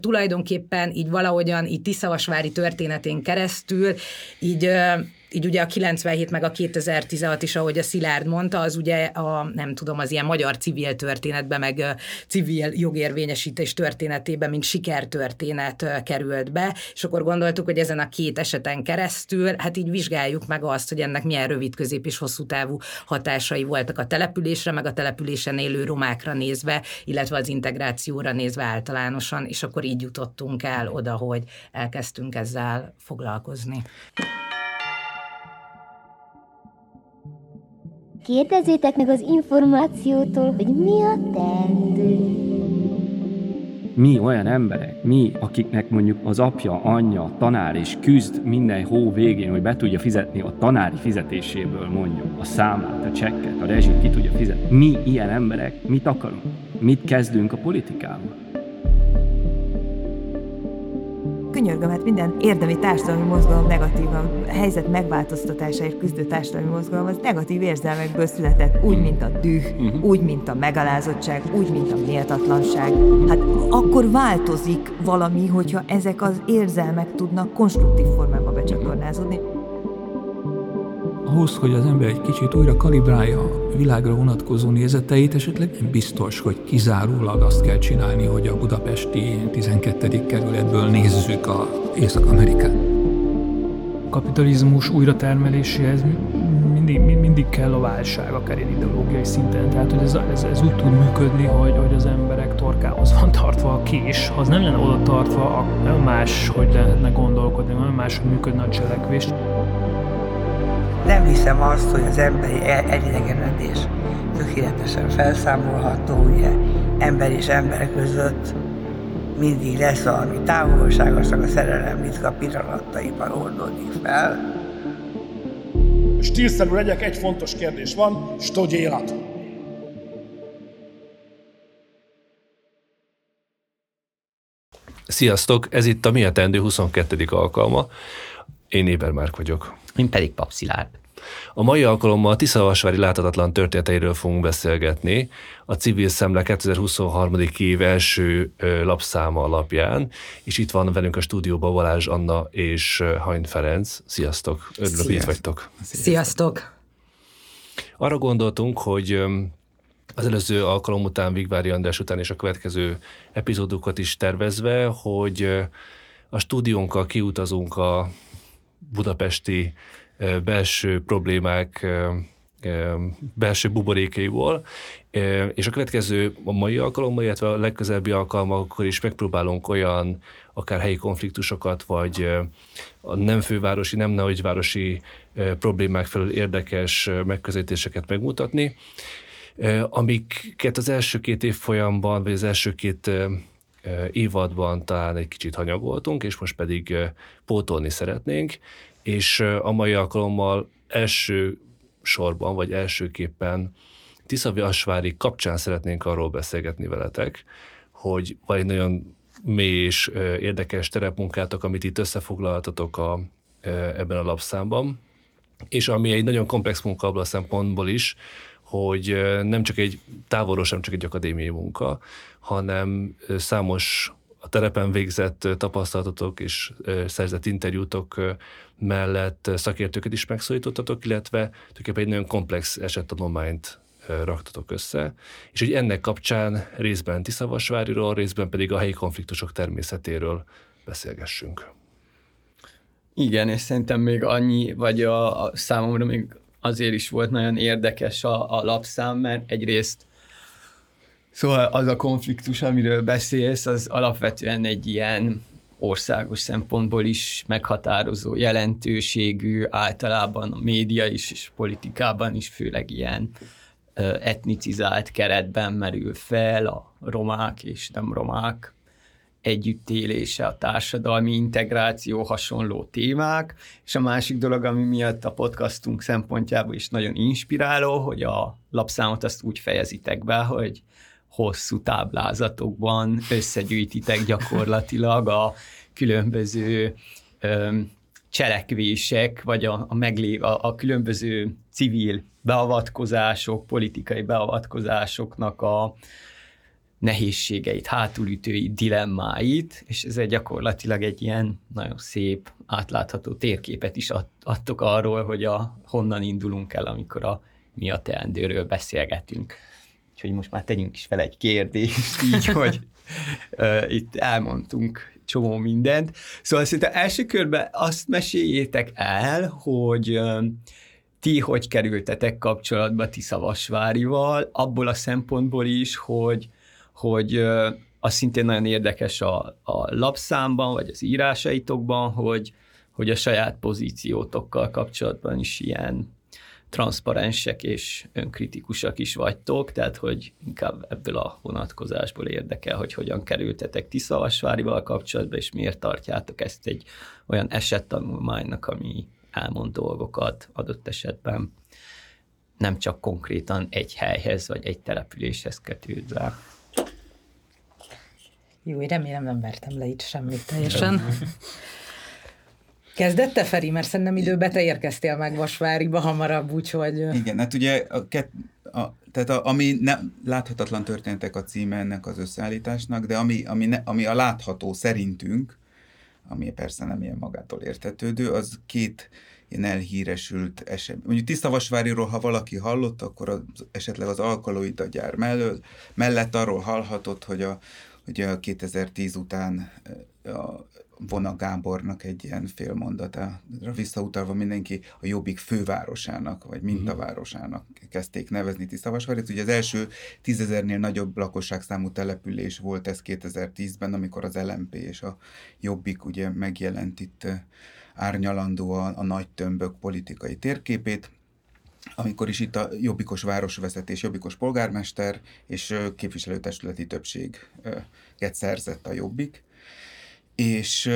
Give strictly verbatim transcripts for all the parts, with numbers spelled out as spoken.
Tulajdonképpen így valahogyan így Tiszavasvári történetén keresztül így így ugye a kilencvenhét meg a kétezer-tizenhat is, ahogy a Szilárd mondta, az ugye a, nem tudom, az ilyen magyar civil történetben, meg civil jogérvényesítés történetében, mint sikertörténet került be, és akkor gondoltuk, hogy ezen a két eseten keresztül, hát így vizsgáljuk meg azt, hogy ennek milyen rövid, közép és hosszú távú hatásai voltak a településre, meg a településen élő romákra nézve, illetve az integrációra nézve általánosan, és akkor így jutottunk el oda, hogy elkezdtünk ezzel foglalkozni. Kérdezzétek meg az információtól, hogy mi a teendő. Mi olyan emberek, mi, akiknek mondjuk az apja, anyja, tanár és küzd minden hó végén, hogy be tudja fizetni a tanári fizetéséből mondjuk a számlát, a csekket, a rezsit, ki tudja fizetni. Mi ilyen emberek mit akarunk? Mit kezdünk a politikával? Könyörgöm, hát minden érdemi társadalmi mozgalom negatívan, a helyzet megváltoztatásáért küzdő társadalmi mozgalom az negatív érzelmekből született, úgy, mint a düh, uh-huh. úgy, mint a megalázottság, úgy, mint a méltatlanság. Hát akkor változik valami, hogyha ezek az érzelmek tudnak konstruktív formába becsatornázódni. Ahhoz, hogy az ember egy kicsit újra kalibrálja a világra vonatkozó nézeteit, esetleg nem biztos, hogy kizárólag azt kell csinálni, hogy a budapesti tizenkettedik kerületből nézzük az Észak-Amerikát. A kapitalizmus újratermeléséhez mindig, mindig kell a válság, akár ilyen ideológiai szinten. Tehát hogy ez, ez, ez úgy tud működni, hogy, hogy az emberek torkához van tartva a kés. Ha az nem lenne oda tartva, nem más, hogy lehetne gondolkodni, nem más, hogy működne a cselekvés. Nem hiszem azt, hogy az emberi elidegenedés tökéletesen felszámolható, ugye ember és ember között mindig lesz valami távolságosnak a szerelem ritka pillanataiban oldódik fel. Stílszerű legyek, egy fontos kérdés van, što dělat? Sziasztok, ez itt a Mi a teendő huszonkettedik alkalma. Én Éber Márk vagyok. Én pedig Pap Szilárd. A mai alkalommal a Tiszavasvári láthatatlan történeteiről fogunk beszélgetni a Civil Szemle kétezer-huszonhárom. év első lapszáma alapján, és itt van velünk a stúdióban Balázs Anna és Hain Ferenc. Sziasztok, örülök, hogy itt vagytok. Sziasztok! Arra gondoltunk, hogy az előző alkalom után, Vigvári András után és a következő epizódokat is tervezve, hogy a stúdiónkkal kiutazunk a budapesti belső problémák, belső buborékaiból, és a következő a mai alkalommal, illetve a legközelebbi alkalmakkor is megpróbálunk olyan akár helyi konfliktusokat, vagy a nem fővárosi, nem nagyvárosi problémák felől érdekes megközelítéseket megmutatni, amiket az első két évfolyamban, vagy az első két évadban talán egy kicsit hanyagoltunk, és most pedig pótolni szeretnénk, és a mai alkalommal első sorban, vagy elsőképpen Tiszavasvári kapcsán szeretnénk arról beszélgetni veletek, hogy van egy nagyon mély és érdekes terepmunkátok, amit itt összefoglaltatok a, ebben a lapszámban, és ami egy nagyon komplex munka abban a szempontból is, hogy nem csak egy távolról sem csak egy akadémiai munka, hanem számos a terepen végzett tapasztalatotok és szerzett interjútok mellett szakértőket is megszólítottatok, illetve tulajdonképpen egy nagyon komplex esettanulmányt raktatok össze, és hogy ennek kapcsán részben Tiszavasváriról, részben pedig a helyi konfliktusok természetéről beszélgessünk. Igen, és szerintem még annyi, vagy a, a számomra még azért is volt nagyon érdekes a, a lapszám, mert egyrészt szóval az a konfliktus, amiről beszélsz, az alapvetően egy ilyen országos szempontból is meghatározó jelentőségű, általában a média is, és politikában is főleg ilyen etnicizált keretben merül fel, a romák és nem romák együttélése, a társadalmi integráció, hasonló témák, és a másik dolog, ami miatt a podcastunk szempontjából is nagyon inspiráló, hogy a lapszámot azt úgy fejezitek be, hogy hosszú táblázatokban összegyűjtitek gyakorlatilag a különböző öm, cselekvések, vagy a, a, meglév, a, a különböző civil beavatkozások, politikai beavatkozásoknak a nehézségeit, hátulütői dilemmáit, és ez egy gyakorlatilag egy ilyen nagyon szép, átlátható térképet is ad, adtok arról, hogy a, honnan indulunk el, amikor a mi a teendőről beszélgetünk. Úgyhogy most már tegyünk is fel egy kérdést, így, hogy uh, itt elmondtunk csomó mindent. Szóval szerintem első körben azt meséljétek el, hogy uh, ti hogy kerültetek kapcsolatba Tiszavasvárival, abból a szempontból is, hogy, hogy uh, az szintén nagyon érdekes a, a lapszámban, vagy az írásaitokban, hogy, hogy a saját pozíciótokkal kapcsolatban is ilyen transzparensek és önkritikusak is vagytok, tehát hogy inkább ebből a vonatkozásból érdekel, hogy hogyan kerültetek Tiszavasvárival kapcsolatba, és miért tartjátok ezt egy olyan esettanulmánynak, ami elmond dolgokat adott esetben, nem csak konkrétan egy helyhez, vagy egy településhez kötődve. Jó, remélem nem vertem le itt semmit teljesen. Kezdett te, Feri? Mert szerintem időben te érkeztél meg Vasváriba hamarabb, úgyhogy... Igen, hát ugye, a, a, tehát a, ami ne, láthatatlan történetek a címe ennek az összeállításnak, de ami, ami, ne, ami a látható szerintünk, ami persze nem ilyen magától értetődő, az két ilyen elhíresült esemény. Mondjuk Tiszavasváriról, ha valaki hallott, akkor az, esetleg az Alkaloida gyár mellett, mellett arról hallhatott, hogy a, hogy a kétezer-tíz után a Vona Gábornak egy ilyen félmondatára visszautalva mindenki a Jobbik fővárosának, vagy mintavárosának kezdték nevezni Tiszavasvárit. Ugye az első tízezernél nagyobb lakosságszámú település volt ez kétezer-tízben, amikor az el em pé és a Jobbik ugye megjelent itt árnyalandóan a nagy tömbök politikai térképét, amikor is itt a jobbikos városvezetés, jobbikos polgármester és képviselőtestületi többséget szerzett a Jobbik. És,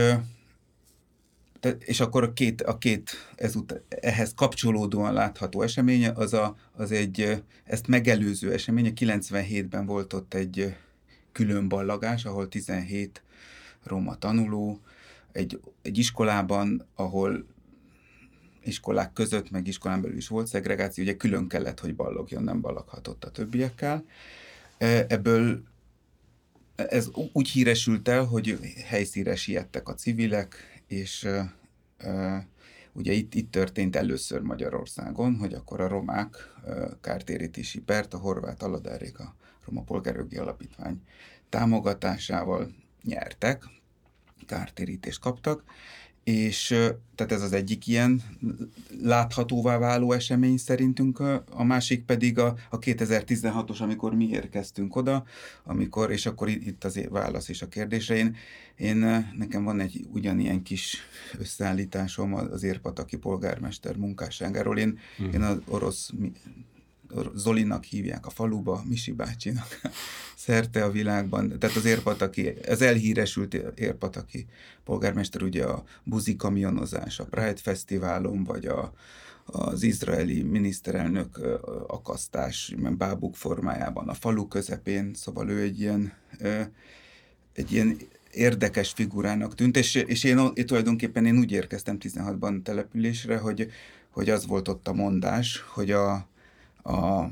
és akkor a két, a két ezut, ehhez kapcsolódóan látható eseménye, az, a, az egy, ezt megelőző esemény, kilencvenhétben volt ott egy külön ballagás, ahol tizenhét roma tanuló, egy, egy iskolában, ahol iskolák között, meg iskolán belül is volt szegregáció, ugye külön kellett, hogy ballogjon, nem ballaghatott a többiekkel. Ebből ez úgy híresült el, hogy helyszínre siettek a civilek, és uh, ugye itt, itt történt először Magyarországon, hogy akkor a romák uh, kártérítési pert, a Horváth Aladárék, a Roma Polgárjogi Alapítvány támogatásával nyertek, kártérítést kaptak, és tehát ez az egyik ilyen láthatóvá váló esemény szerintünk, a másik pedig a, a kétezer-tizenhatos, amikor mi érkeztünk oda, amikor, és akkor itt az válasz is a kérdésre. Én, én nekem van egy ugyanilyen kis összeállításom az érpataki polgármester munkásságáról. Én, mm. én az orosz Zolinak hívják a faluba, Misi bácsinak szerte a világban. Tehát az érpataki, az elhíresült érpataki polgármester ugye a buzi kamionozás, a Pride Fesztiválon, vagy a, az izraeli miniszterelnök akasztás bábuk formájában a falu közepén, szóval ő egy ilyen, egy ilyen érdekes figurának tűnt, és, és én, én tulajdonképpen én úgy érkeztem tizenhatban településre, hogy, hogy az volt ott a mondás, hogy a A,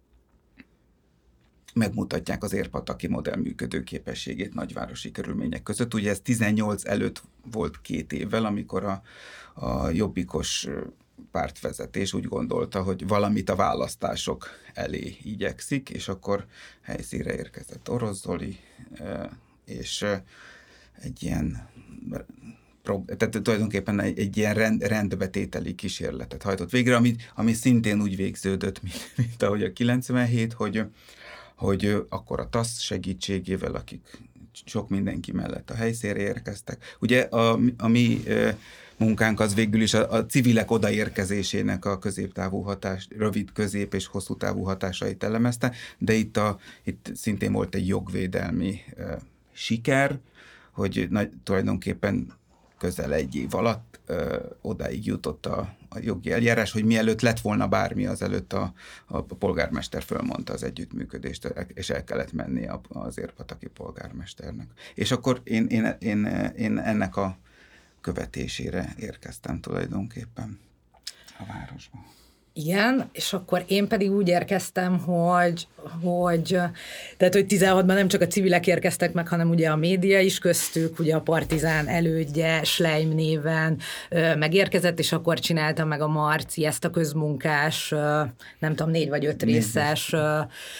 megmutatják az érpataki modell működő képességét nagyvárosi körülmények között. Ugye ez tizennyolc előtt volt két évvel, amikor a, a jobbikos pártvezetés úgy gondolta, hogy valamit a választások elé igyekszik, és akkor helyszínre érkezett Orosz Zoli, és egy ilyen... Tehát tulajdonképpen egy, egy ilyen rend, rendbetételi kísérletet hajtott végre, ami, ami szintén úgy végződött, mint, mint ahogy a kilencvenhét, hogy, hogy akkor a TASZ segítségével, akik sok mindenki mellett a helyszínre érkeztek. Ugye a, a mi munkánk az végül is a, a civilek odaérkezésének a középtávú hatás, rövid, közép és hosszú távú hatásait elemezte, de itt, a, itt szintén volt egy jogvédelmi uh, siker, hogy nagy, tulajdonképpen közel egy év alatt ö, odáig jutott a, a jogi eljárás, hogy mielőtt lett volna bármi, azelőtt a, a polgármester fölmondta az együttműködést, és el kellett menni az érpataki polgármesternek. És akkor én, én, én, én ennek a követésére érkeztem tulajdonképpen a városba. Igen, és akkor én pedig úgy érkeztem, hogy, hogy tehát, hogy tizenhatban nem csak a civilek érkeztek meg, hanem ugye a média is köztük, ugye a Partizán elődje Schleim néven ö, megérkezett, és akkor csinálta meg a Marci ezt a közmunkás, ö, nem tudom, négy vagy öt részes ö,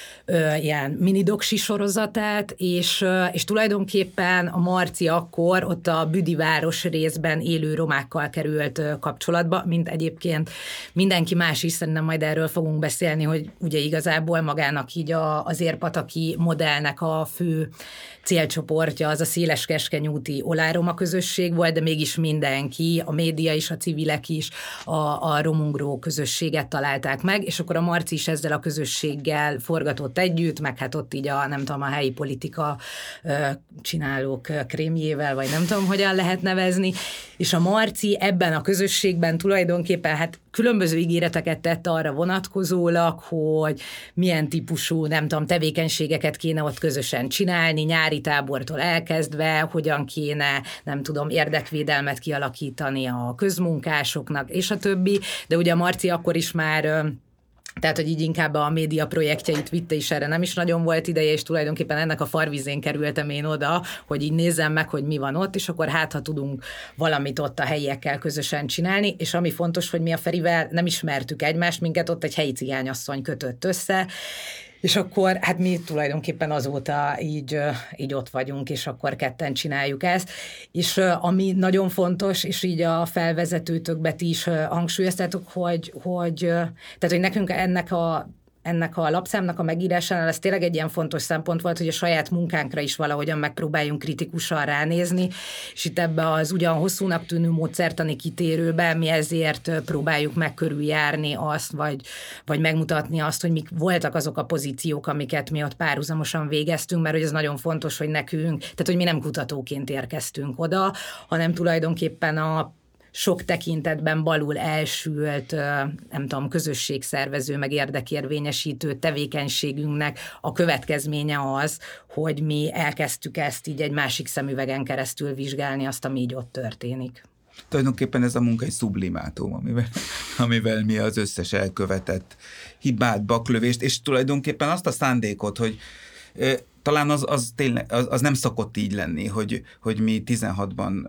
ö, ilyen minidoksi sorozatát, és, ö, és tulajdonképpen a Marci akkor ott a Büdiváros részben élő romákkal került ö, kapcsolatba, mint egyébként mindenki más is, szerintem majd erről fogunk beszélni, hogy ugye igazából magának így a, az érpataki modellnek a fő célcsoportja az a széles keskenyúti olajroma közösség volt, de mégis mindenki, a média is, a civilek is a, a romungró közösséget találták meg, és akkor a Marci is ezzel a közösséggel forgatott együtt, meg hát ott így a, nem tudom, a helyi politika ö, csinálók krémjével, vagy nem tudom, hogyan lehet nevezni, és a Marci ebben a közösségben tulajdonképpen hát különböző ígéreteket tett arra vonatkozólag, hogy milyen típusú, nem tudom, tevékenységeket kéne ott közösen csinálni, nyári tábortól elkezdve, hogyan kéne, nem tudom, érdekvédelmet kialakítani a közmunkásoknak, és a többi, de ugye a Marci akkor is már tehát, hogy így inkább a média projektjeit vitte, és erre nem is nagyon volt ideje, és tulajdonképpen ennek a farvizén kerültem én oda, hogy így nézzem meg, hogy mi van ott, és akkor hát, ha tudunk valamit ott a helyiekkel közösen csinálni, és ami fontos, hogy mi a Ferivel nem ismertük egymást, minket ott egy helyi cigányasszony kötött össze, és akkor hát mi tulajdonképpen azóta így, így ott vagyunk, és akkor ketten csináljuk ezt. És ami nagyon fontos, és így a felvezetőtökbe ti is hangsúlyoztátok, hogy, hogy, tehát, hogy nekünk ennek a ennek a lapszámnak a megírásánál ez tényleg egy ilyen fontos szempont volt, hogy a saját munkánkra is valahogyan megpróbáljunk kritikusan ránézni, és itt ebbe az ugyan hosszúnak tűnő módszertani kitérőbe mi ezért próbáljuk meg körüljárni azt, vagy, vagy megmutatni azt, hogy mik voltak azok a pozíciók, amiket mi ott párhuzamosan végeztünk, mert hogy ez nagyon fontos, hogy nekünk, tehát hogy mi nem kutatóként érkeztünk oda, hanem tulajdonképpen a sok tekintetben balul elsült, nem tudom, közösségszervező, meg érdekérvényesítő tevékenységünknek a következménye az, hogy mi elkezdtük ezt így egy másik szemüvegen keresztül vizsgálni azt, ami így ott történik. Tulajdonképpen ez a munka egy sublimátum, amivel, amivel mi az összes elkövetett hibát, baklövést, és tulajdonképpen azt a szándékot, hogy e, talán az, az, tényleg, az, az nem szokott így lenni, hogy, hogy mi tizenhatban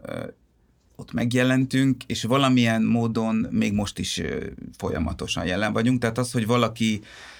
ott megjelentünk, és valamilyen módon még most is folyamatosan jelen vagyunk. Tehát az, hogy valaki,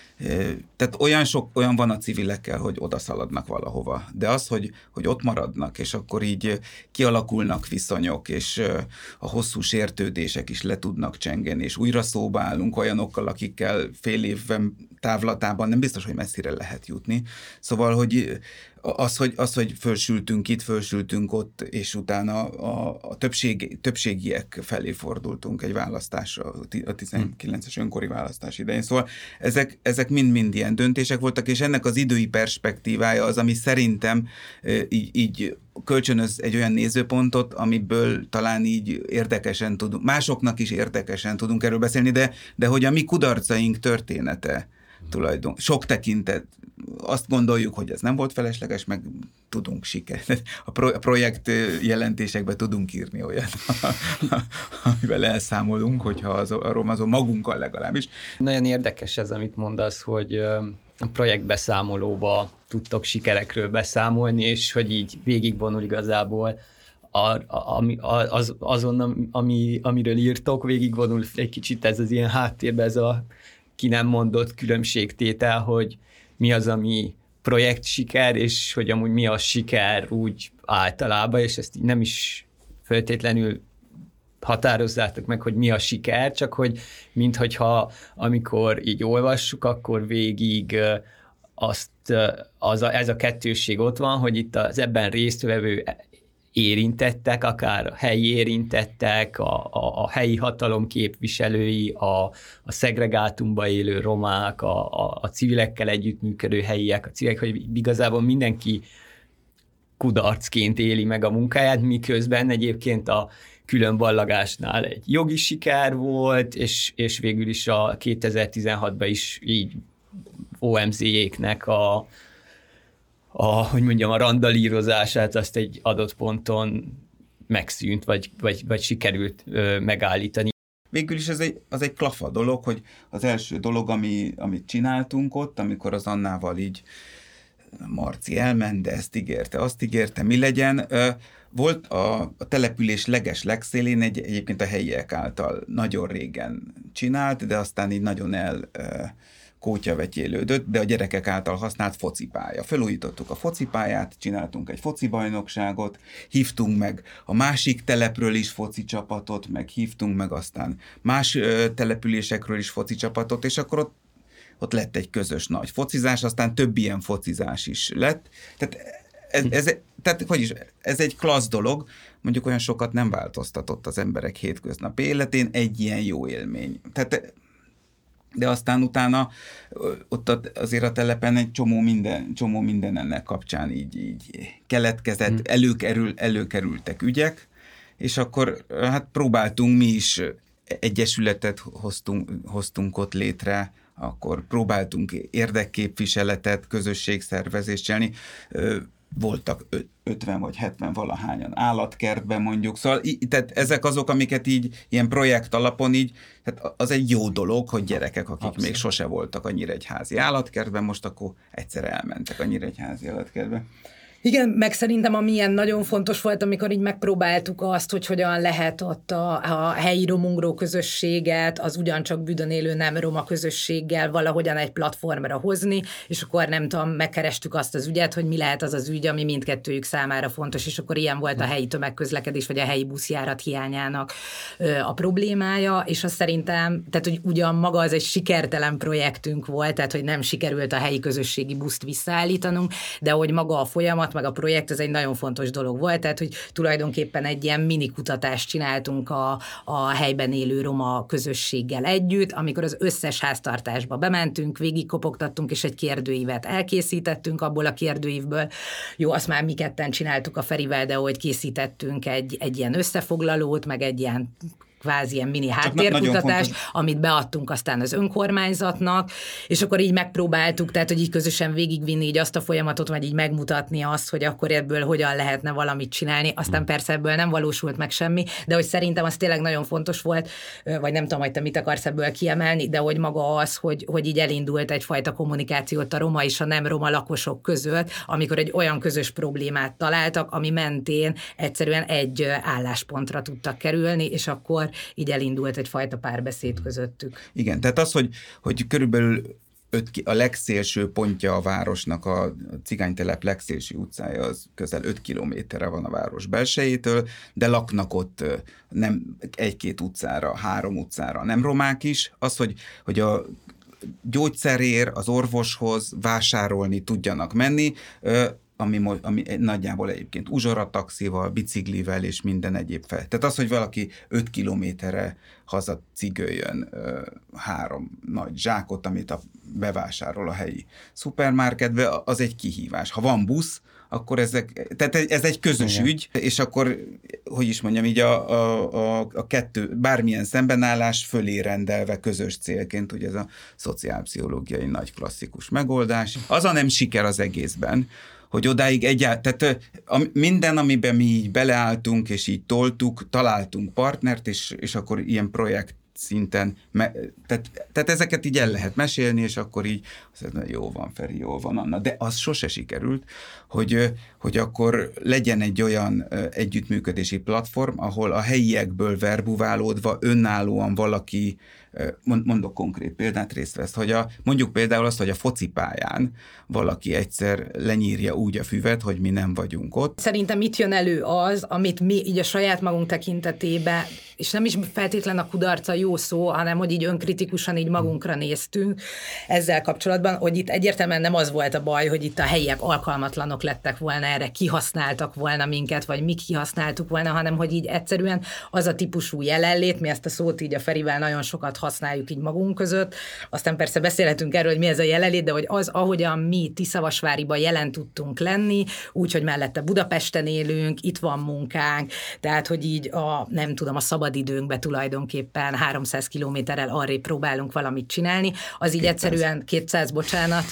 tehát olyan sok, olyan van a civilekkel, hogy odaszaladnak valahova. De az, hogy, hogy ott maradnak, és akkor így kialakulnak viszonyok, és a hosszú sértődések is le tudnak csengeni, és újra szóba állunk olyanokkal, akikkel fél évben távlatában nem biztos, hogy messzire lehet jutni. Szóval, hogy az, hogy, az, hogy fölsültünk itt, fölsültünk ott, és utána a, a többség, többségiek felé fordultunk egy választásra, a tizenkilences önkori választás idején. Szóval ezek, ezek mind-mind ilyen döntések voltak, és ennek az idői perspektívája az, ami szerintem így, így kölcsönöz egy olyan nézőpontot, amiből talán így érdekesen tudunk, másoknak is érdekesen tudunk erről beszélni, de, de hogy a mi kudarcaink története tulajdon. Sok tekintet, azt gondoljuk, hogy ez nem volt felesleges, meg tudunk sikert. A, pro, a projekt jelentésekben tudunk írni olyat, amivel elszámolunk, hogyha az, arról azon magunkkal legalábbis. Nagyon érdekes ez, amit mondasz, hogy a projektbeszámolóba tudtok sikerekről beszámolni, és hogy így végigvonul igazából A, ami, az, azon, ami, amiről írtok, végigvonul egy kicsit ez az ilyen háttérben, ez a ki nem mondott különbségtétel, hogy mi az, ami projekt siker, és hogy amúgy mi a siker úgy általában, és ezt így nem is feltétlenül határozzátok meg, hogy mi a siker, csak hogy minthogyha amikor így olvassuk, akkor végig azt, az a, ez a kettősség ott van, hogy itt az ebben résztvevő érintettek, akár a helyi érintettek, a, a, a helyi hatalom képviselői, a, a szegregátumban élő romák, a, a, a civilekkel együttműködő helyiek, a civilek, hogy igazából mindenki kudarcként éli meg a munkáját, miközben egyébként a külön ballagásnál egy jogi siker volt, és, és végül is a kétezer-tizenhatban is így o em zé-éknek a a, hogy mondjam, a randalírozását azt egy adott ponton megszűnt, vagy, vagy, vagy sikerült ö, megállítani. végül is ez egy, az egy klafa dolog, hogy az első dolog, ami, amit csináltunk ott, amikor az Annával így Marci elment, de ezt ígérte, azt ígérte, mi legyen. Volt a, a település leges legszélén egy, egyébként a helyiek által nagyon régen csinált, de aztán így nagyon el kótyavetyélődött, de a gyerekek által használt focipálya. Felújítottuk a focipályát, csináltunk egy focibajnokságot, hívtunk meg a másik telepről is foci csapatot, meg hívtunk meg aztán más ö, településekről is foci csapatot, és akkor ott, ott lett egy közös nagy focizás, aztán több ilyen focizás is lett. Tehát ez, ez, tehát, hogy is, ez egy klassz dolog, mondjuk olyan sokat nem változtatott az emberek hétköznapi életén, egy ilyen jó élmény. Tehát de aztán utána ott azért a telepen egy csomó minden, csomó minden ennek kapcsán így, így keletkezett, hmm. előkerül, előkerültek ügyek, és akkor hát próbáltunk mi is egyesületet hoztunk, hoztunk ott létre, akkor próbáltunk érdekképviseletet, közösségszervezést csinálni. Voltak ötven vagy hetven valahányan állatkertben mondjuk, szóval tehát ezek azok, amiket így ilyen projekt alapon így, tehát az egy jó dolog, hogy gyerekek, akik Abszett. még sose voltak a Nyíregyházi állatkertben, most akkor egyszer elmentek a Nyíregyházi állatkertbe. Igen, meg szerintem ami ilyen nagyon fontos volt, amikor így megpróbáltuk azt, hogy hogyan lehet ott a, a helyi romungró közösséget, az ugyancsak Büdön élő nem roma közösséggel valahogyan egy platformra hozni, és akkor nem tudom, megkerestük azt az ügyet, hogy mi lehet az az ügy, ami mindkettőjük számára fontos, és akkor ilyen volt a helyi tömegközlekedés, vagy a helyi buszjárat hiányának a problémája, és azt szerintem, tehát hogy ugyan maga az egy sikertelen projektünk volt, tehát hogy nem sikerült a helyi közösségi buszt visszaállítanunk, de hogy maga a folyamat, meg a projekt, ez egy nagyon fontos dolog volt, tehát hogy tulajdonképpen egy ilyen mini kutatást csináltunk a, a helyben élő roma közösséggel együtt, amikor az összes háztartásba bementünk, végigkopogtattunk, és egy kérdőívet elkészítettünk abból a kérdőívből. Jó, azt már mi ketten csináltuk a Ferivel, de hogy készítettünk egy, egy ilyen összefoglalót, meg egy ilyen kvázi ilyen mini háttérkutatás, amit beadtunk aztán az önkormányzatnak, és akkor így megpróbáltuk, tehát hogy így közösen végigvinni így azt a folyamatot, vagy így megmutatni azt, hogy akkor ebből hogyan lehetne valamit csinálni. Aztán hmm. persze ebből nem valósult meg semmi, de hogy szerintem az tényleg nagyon fontos volt, vagy nem tudom, hogy te mit akarsz ebből kiemelni, de hogy maga az, hogy, hogy így elindult egyfajta kommunikációt a roma és a nem roma lakosok között, amikor egy olyan közös problémát találtak, ami mentén egyszerűen egy álláspontra tudtak kerülni, és akkor így elindult egyfajta párbeszéd közöttük. Igen, tehát az, hogy, hogy körülbelül öt, a legszélső pontja a városnak, a cigánytelep legszélső utcája, az közel öt kilométerre van a város belsejétől, de laknak ott nem egy-két utcára, három utcára nem romák is. Az, hogy, hogy a gyógyszerér az orvoshoz vásárolni tudjanak menni, Ami, ami nagyjából egyébként uzsorataxival, biciklivel és minden egyéb fel. Tehát az, hogy valaki öt kilométerre haza cigöljön ö, három nagy zsákot, amit a, bevásárol a helyi szupermarketbe, az egy kihívás. Ha van busz, akkor ezek, tehát ez egy közös Igen. ügy, és akkor, hogy is mondjam, így a, a, a, a kettő, bármilyen szembenállás fölé rendelve közös célként, ugye ez a szociálpszichológiai nagy klasszikus megoldás. Az a nem siker az egészben, hogy odáig egyáltalán, tehát minden, amiben mi így beleálltunk, és így toltuk, találtunk partnert, és, és akkor ilyen projekt szinten, me, tehát, tehát ezeket így el lehet mesélni, és akkor így, azt mondja, jó van Feri, jó van Anna, de az sose sikerült, hogy, hogy akkor legyen egy olyan együttműködési platform, ahol a helyiekből verbuválódva önállóan valaki, mondok konkrét példát, részt vesz, hogy a, mondjuk például azt, hogy a focipályán valaki egyszer lenyírja úgy a füvet, hogy mi nem vagyunk ott. Szerintem itt jön elő az, amit mi így a saját magunk tekintetében, és nem is feltétlen a kudarca jó szó, hanem hogy így önkritikusan így magunkra néztünk ezzel kapcsolatban, hogy itt egyértelműen nem az volt a baj, hogy itt a helyiek alkalmatlanok lettek volna erre, kihasználtak volna minket, vagy mi kihasználtuk volna, hanem hogy így egyszerűen az a típusú jelenlét, mi ezt a szót így a Ferivel nagyon sokat használjuk így magunk között, aztán persze beszélhetünk erről, hogy mi ez a jelenlét, de hogy az, ahogyan mi Tiszavasváriban jelen tudtunk lenni, úgyhogy mellette Budapesten élünk, itt van munkánk, tehát hogy így a, nem tudom, a szabadidőnkben tulajdonképpen háromszáz kilométerrel arrébb próbálunk valamit csinálni, az így kétszáz. Egyszerűen kétszáz, bocsánat,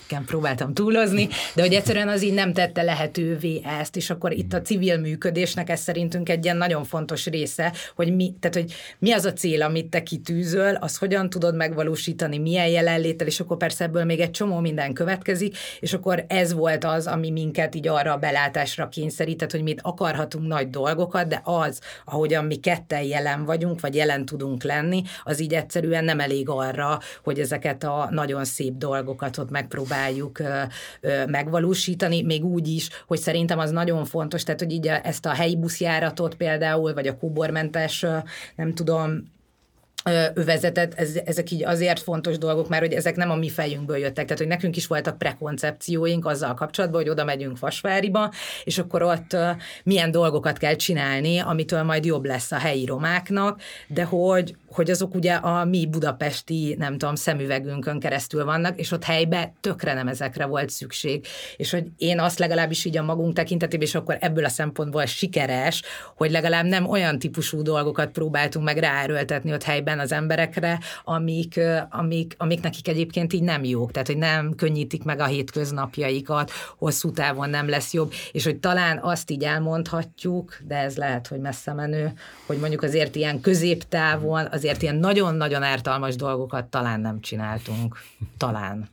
Igen, próbáltam túlozni, de hogy egyszerűen az így nem tette lehetővé ezt, és akkor itt a civil működésnek ez szerintünk egy ilyen nagyon fontos része, hogy mi, tehát, hogy mi az a cél, amit te kitűzöl, az hogyan tudod megvalósítani, milyen jelenléttel, és akkor persze ebből még egy csomó minden következik, és akkor ez volt az, ami minket így arra a belátásra kényszerített, hogy mi akarhatunk nagy dolgokat, de az, ahogyan mi ketten jelen vagyunk, vagy jelen tudunk lenni, az így egyszerűen nem elég arra, hogy ezeket a nagyon szép dolgokat ott megpróbáljuk ö, ö, megvalósítani, még úgy is, hogy szerintem az nagyon fontos, tehát hogy így a, ezt a helyi buszjáratot például, vagy a kóbormentes, ö, nem tudom, övezetet, ez, ezek így azért fontos dolgok, mert hogy ezek nem a mi fejünkből jöttek, tehát hogy nekünk is voltak prekoncepcióink azzal kapcsolatban, hogy oda megyünk Vasváriba, és akkor ott uh, milyen dolgokat kell csinálni, amitől majd jobb lesz a helyi romáknak, de hogy, hogy azok ugye a mi budapesti, nem tudom, szemüvegünkön keresztül vannak, és ott helyben tökre nem ezekre volt szükség. És hogy én azt legalábbis így a magunk tekintetében, és akkor ebből a szempontból sikeres, hogy legalább nem olyan típusú dolgokat próbáltunk meg ráerőltetni ott helyben az emberekre, amik, amik, amik nekik egyébként így nem jók, tehát hogy nem könnyítik meg a hétköznapjaikat, hosszú távon nem lesz jobb, és hogy talán azt így elmondhatjuk, de ez lehet, hogy messze menő, hogy mondjuk azért ilyen középtávon, azért ilyen nagyon-nagyon ártalmas dolgokat talán nem csináltunk. Talán.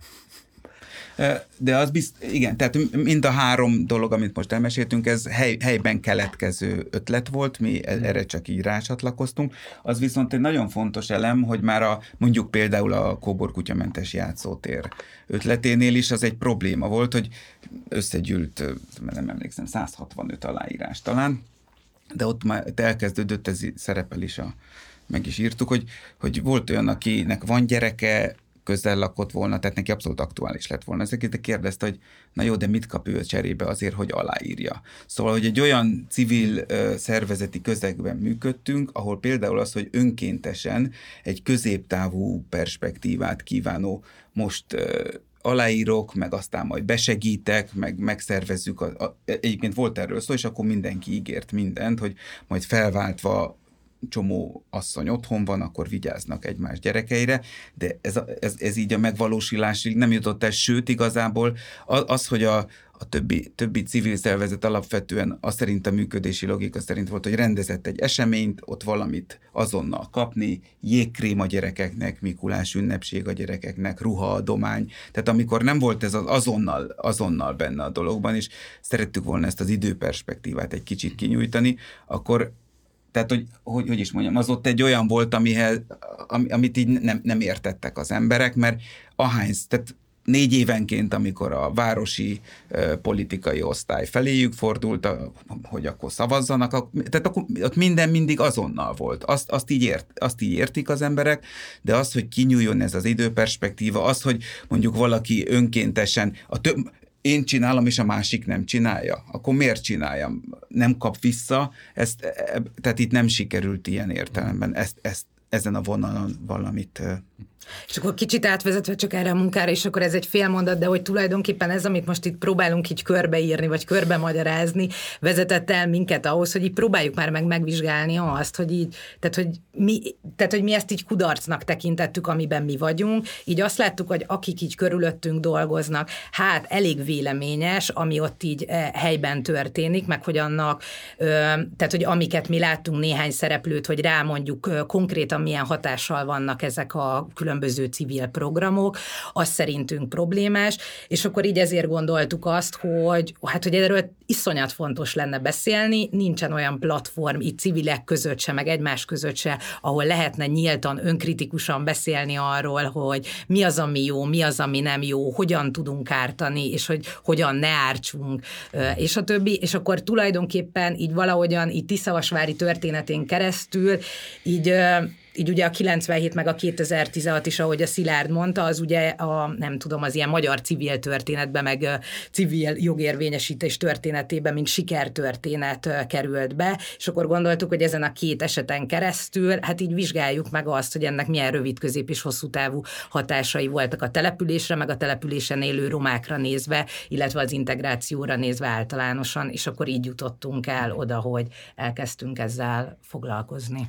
De az bizt, igen, tehát mind a három dolog, amit most elmeséltünk, ez hely, helyben keletkező ötlet volt, mi erre csak így rácsatlakoztunk. Az viszont egy nagyon fontos elem, hogy már a, mondjuk például a Kóbor kutyamentes játszótér ötleténél is az egy probléma volt, hogy összegyűlt, nem emlékszem, száz hatvanöt aláírás talán, de ott már elkezdődött, ez szerepel is, a, meg is írtuk, hogy, hogy volt olyan, akinek van gyereke, közel lakott volna, tehát neki abszolút aktuális lett volna ezek, de kérdezte, hogy na jó, de mit kap ő cserébe azért, hogy aláírja. Szóval, hogy egy olyan civil uh, szervezeti közegben működtünk, ahol például az, hogy önkéntesen egy középtávú perspektívát kívánó most uh, aláírok, meg aztán majd besegítek, meg megszervezzük. A, a, egyébként volt erről szó, és akkor mindenki ígért mindent, hogy majd felváltva csomó asszony otthon van, akkor vigyáznak egymás gyerekeire, de ez, a, ez, ez így a megvalósulásig nem jutott el, sőt igazából az, hogy a, a többi, többi civil szervezet alapvetően az szerint a működési logika szerint volt, hogy rendezett egy eseményt, ott valamit azonnal kapni, jégkrém a gyerekeknek, Mikulás ünnepség a gyerekeknek, ruhaadomány, tehát amikor nem volt ez az azonnal, azonnal benne a dologban, és szerettük volna ezt az időperspektívát egy kicsit kinyújtani, akkor tehát, hogy, hogy, hogy is mondjam, az ott egy olyan volt, amihez, am, amit így nem, nem értettek az emberek, mert ahány, tehát négy évenként, amikor a városi uh, politikai osztály feléjük fordult, a, hogy akkor szavazzanak, a, tehát akkor ott minden mindig azonnal volt. Azt, azt, így ért, azt így értik az emberek, de az, hogy kinyúljon ez az időperspektíva, az, hogy mondjuk valaki önkéntesen, a több, én csinálom, és a másik nem csinálja. Akkor miért csináljam? Nem kap vissza, ezt, e, tehát itt nem sikerült ilyen értelemben ezt, ezt, ezen a vonalon valamit. És akkor kicsit átvezetve csak erre a munkára, és akkor ez egy fél mondat, de hogy tulajdonképpen ez, amit most itt próbálunk így körbeírni, vagy körbe magyarázni, vezetett el minket ahhoz, hogy így próbáljuk már meg megvizsgálni azt, hogy így, tehát hogy mi, tehát, hogy mi ezt így kudarcnak tekintettük, amiben mi vagyunk, így azt láttuk, hogy akik így körülöttünk dolgoznak, hát elég véleményes, ami ott így helyben történik, meg hogy annak, tehát hogy amiket mi láttunk néhány szereplőt, hogy rá mondjuk konkrétan milyen hatással vannak ezek a különböző civil programok, az szerintünk problémás, és akkor így ezért gondoltuk azt, hogy hát, hogy erről iszonyat fontos lenne beszélni, nincsen olyan platform itt civilek között se, meg egymás között se, ahol lehetne nyíltan, önkritikusan beszélni arról, hogy mi az, ami jó, mi az, ami nem jó, hogyan tudunk ártani, és hogy hogyan ne ártsunk, és a többi, és akkor tulajdonképpen így valahogyan így Tiszavasvári történetén keresztül így így ugye a kilencvenhét meg a kétezer-tizenhat is, ahogy a Szilárd mondta, az ugye a, nem tudom, az ilyen magyar civil történetben, meg civil jogérvényesítés történetében, mint sikertörténet került be, és akkor gondoltuk, hogy ezen a két eseten keresztül, hát így vizsgáljuk meg azt, hogy ennek milyen rövid, közép és hosszú távú hatásai voltak a településre, meg a településen élő romákra nézve, illetve az integrációra nézve általánosan, és akkor így jutottunk el oda, hogy elkezdtünk ezzel foglalkozni.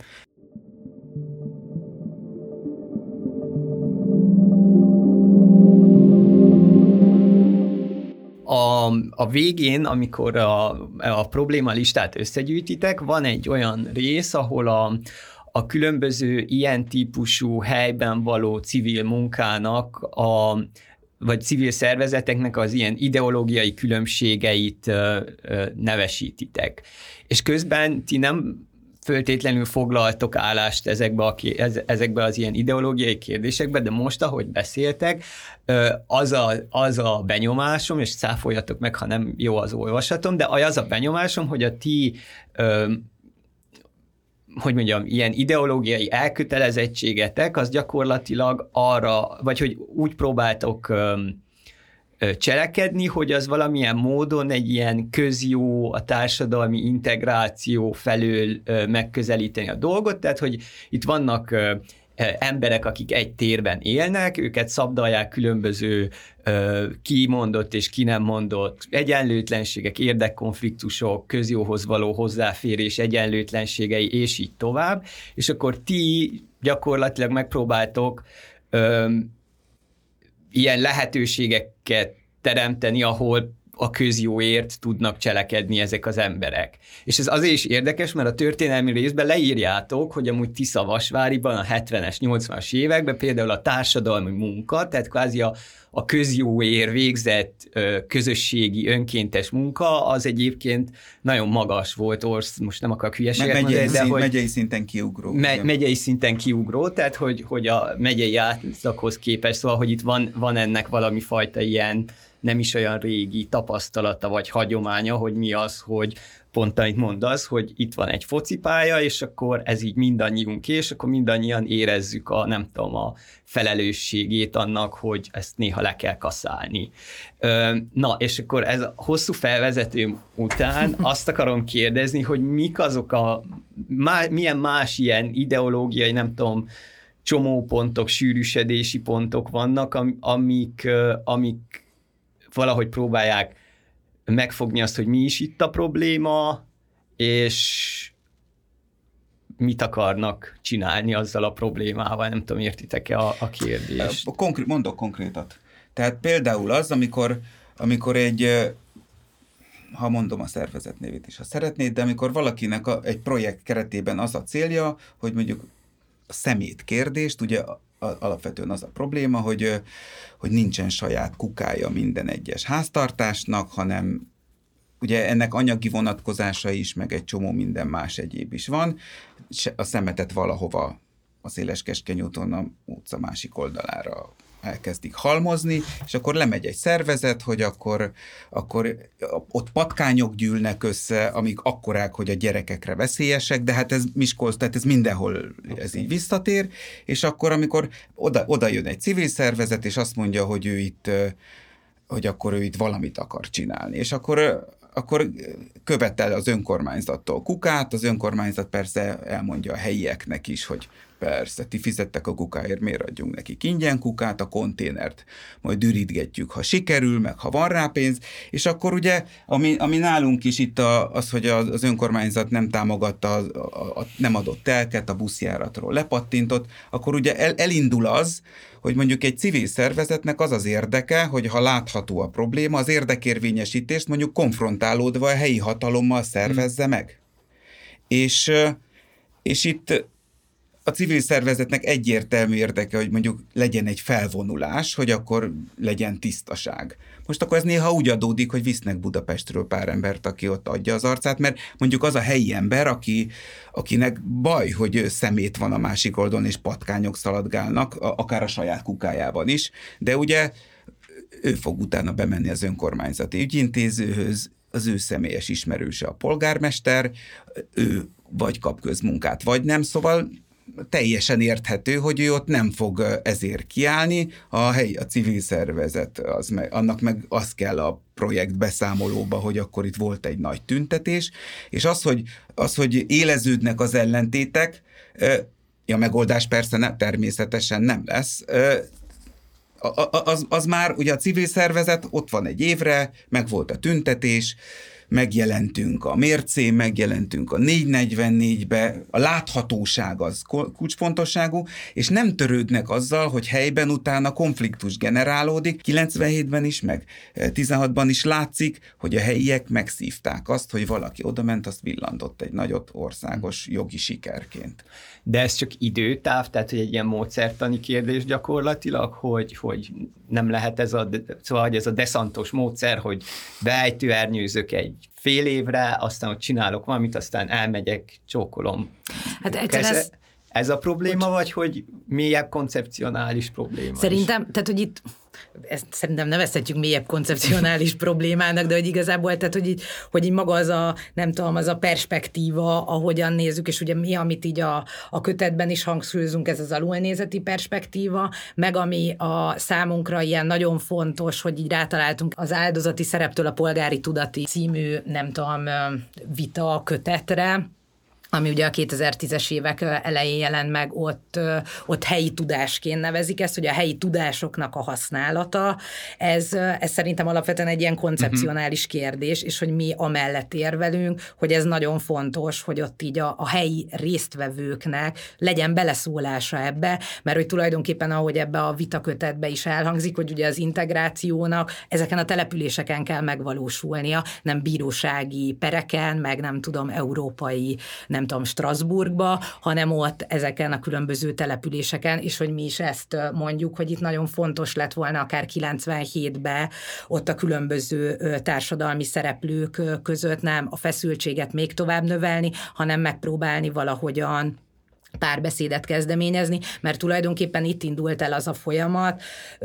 a, a végén, amikor a, a probléma listát összegyűjtitek, van egy olyan rész, ahol a, a különböző ilyen típusú helyben való civil munkának, a, vagy civil szervezeteknek az ilyen ideológiai különbségeit ö, ö, nevesítitek. És közben ti nem föltétlenül foglaltok állást ezekbe, a, ezekbe az ilyen ideológiai kérdésekbe, de most, ahogy beszéltek, az a, az a benyomásom, és cáfoljatok meg, ha nem jó az olvasatom, de az a benyomásom, hogy a ti, hogy mondjam, ilyen ideológiai elkötelezettségetek, az gyakorlatilag arra, vagy hogy úgy próbáltok cselekedni, hogy az valamilyen módon egy ilyen közjó, a társadalmi integráció felől megközelíteni a dolgot, tehát hogy itt vannak emberek, akik egy térben élnek, őket szabdalják különböző kimondott és ki nem mondott egyenlőtlenségek, érdekkonfliktusok, közjóhoz való hozzáférés egyenlőtlenségei, és így tovább, és akkor ti gyakorlatilag megpróbáltok ilyen lehetőségeket teremteni, ahol a közjóért tudnak cselekedni ezek az emberek. És ez azért is érdekes, mert a történelmi részben leírjátok, hogy amúgy Tiszavasváriban a hetvenes, nyolcvanas években például a társadalmi munka, tehát kvázi a, a közjóért végzett ö, közösségi önkéntes munka, az egyébként nagyon magas volt, orsz, most nem akarok hülyeséget mondani, de hogy... Megyei szinten kiugró. Me, megyei szinten kiugró, tehát hogy, hogy a megyei átlaghoz képest, szóval, hogy itt van, van ennek valami fajta ilyen nem is olyan régi tapasztalata vagy hagyománya, hogy mi az, hogy pont amit mondasz, hogy itt van egy focipálya, és akkor ez így mindannyiunké, és akkor mindannyian érezzük a, nem tudom, a felelősségét annak, hogy ezt néha le kell kaszálni. Na, és akkor ez a hosszú felvezető után azt akarom kérdezni, hogy mik azok a, má, milyen más ilyen ideológiai, nem tudom, csomópontok, sűrűsödési pontok vannak, amik, amik valahogy próbálják megfogni azt, hogy mi is itt a probléma, és mit akarnak csinálni azzal a problémával. Nem tudom, értitek-e a, a kérdést? Konkrét, mondok konkrétat. Tehát például az, amikor, amikor egy, ha mondom a szervezet nevét is, ha szeretnéd, de amikor valakinek a, egy projekt keretében az a célja, hogy mondjuk a szemét kérdést, ugye alapvetően az a probléma, hogy, hogy nincsen saját kukája minden egyes háztartásnak, hanem ugye ennek anyagi vonatkozása is, meg egy csomó minden más egyéb is van. A szemetet valahova a Széles Keskeny úton a utca másik oldalára elkezdik halmozni, és akkor lemegy egy szervezet, hogy akkor, akkor ott patkányok gyűlnek össze, amik akkorák, hogy a gyerekekre veszélyesek, de hát ez Miskolc, tehát ez mindenhol ez így visszatér, és akkor, amikor oda, oda jön egy civil szervezet, és azt mondja, hogy ő itt, hogy akkor ő itt valamit akar csinálni, és akkor akkor követel az önkormányzattól kukát, az önkormányzat persze elmondja a helyieknek is, hogy persze, ti fizettek a kukáért, miért adjunk nekik ingyen kukát, a konténert majd ürítgetjük, ha sikerül, meg ha van rá pénz, és akkor ugye, ami, ami nálunk is itt a, az, hogy az önkormányzat nem támogatta, a, a, a, nem adott telket, a buszjáratról lepattintott, akkor ugye el, elindul az, hogy mondjuk egy civil szervezetnek az az érdeke, hogy ha látható a probléma, az érdekérvényesítést mondjuk konfrontálódva a helyi hatalommal szervezze meg. És, és itt a civil szervezetnek egyértelmű érdeke, hogy mondjuk legyen egy felvonulás, hogy akkor legyen tisztaság. Most akkor ez néha úgy adódik, hogy visznek Budapestről pár embert, aki ott adja az arcát, mert mondjuk az a helyi ember, aki, akinek baj, hogy szemét van a másik oldalon, és patkányok szaladgálnak, akár a saját kukájában is, de ugye ő fog utána bemenni az önkormányzati ügyintézőhöz, az ő személyes ismerőse a polgármester, ő vagy kap közmunkát, vagy nem, szóval teljesen érthető, hogy ő ott nem fog ezért kiállni, a helyi, a civil szervezet, az meg, annak meg az kell a projekt beszámolóba, hogy akkor itt volt egy nagy tüntetés, és az, hogy, az, hogy éleződnek az ellentétek, a megoldás persze nem, természetesen nem lesz, az, az már ugye a civil szervezet ott van egy évre, meg volt a tüntetés, megjelentünk a mércén, megjelentünk a négy negyvennégybe, a láthatóság az kulcsfontosságú, és nem törődnek azzal, hogy helyben utána konfliktus generálódik. kilencvenhétben is, meg tizenhatban is látszik, hogy a helyiek megszívták azt, hogy valaki odament, azt villantott egy nagyot országos jogi sikerként. De ez csak időtáv, tehát hogy egy ilyen módszertani kérdés gyakorlatilag, hogy, hogy nem lehet ez a, szóval, hogy ez a deszantos módszer, hogy beejtőernyőzök egy fél évre, aztán hogy csinálok valamit, aztán elmegyek, csókolom. Hát ez, ez, ez a probléma, hogy... vagy hogy mélyebb koncepcionális probléma? Szerintem, is? Tehát, hogy itt ezt szerintem nevezhetjük mélyebb koncepcionális problémának, de hogy igazából, tehát, hogy így, hogy így maga az a, nem tudom, az a perspektíva, ahogyan nézzük, és ugye mi, amit így a, a kötetben is hangsúlyozunk, ez az alulnézeti perspektíva, meg ami a számunkra ilyen nagyon fontos, hogy így rátaláltunk az áldozati szereptől a polgári tudati című, nem tudom, vita kötetre, ami ugye a kétezer-tízes évek elején jelent meg, ott, ott helyi tudásként nevezik ezt, hogy a helyi tudásoknak a használata, ez, ez szerintem alapvetően egy ilyen koncepcionális kérdés, és hogy mi amellett érvelünk, hogy ez nagyon fontos, hogy ott így a, a helyi résztvevőknek legyen beleszólása ebbe, mert hogy tulajdonképpen ahogy ebbe a vitakötetbe is elhangzik, hogy ugye az integrációnak ezeken a településeken kell megvalósulnia, nem bírósági pereken, meg nem tudom, európai, nem nem tudom, Strasbourgba, hanem ott ezeken a különböző településeken, és hogy mi is ezt mondjuk, hogy itt nagyon fontos lett volna akár kilencvenhétben ott a különböző társadalmi szereplők között nem a feszültséget még tovább növelni, hanem megpróbálni valahogyan párbeszédet kezdeményezni, mert tulajdonképpen itt indult el az a folyamat,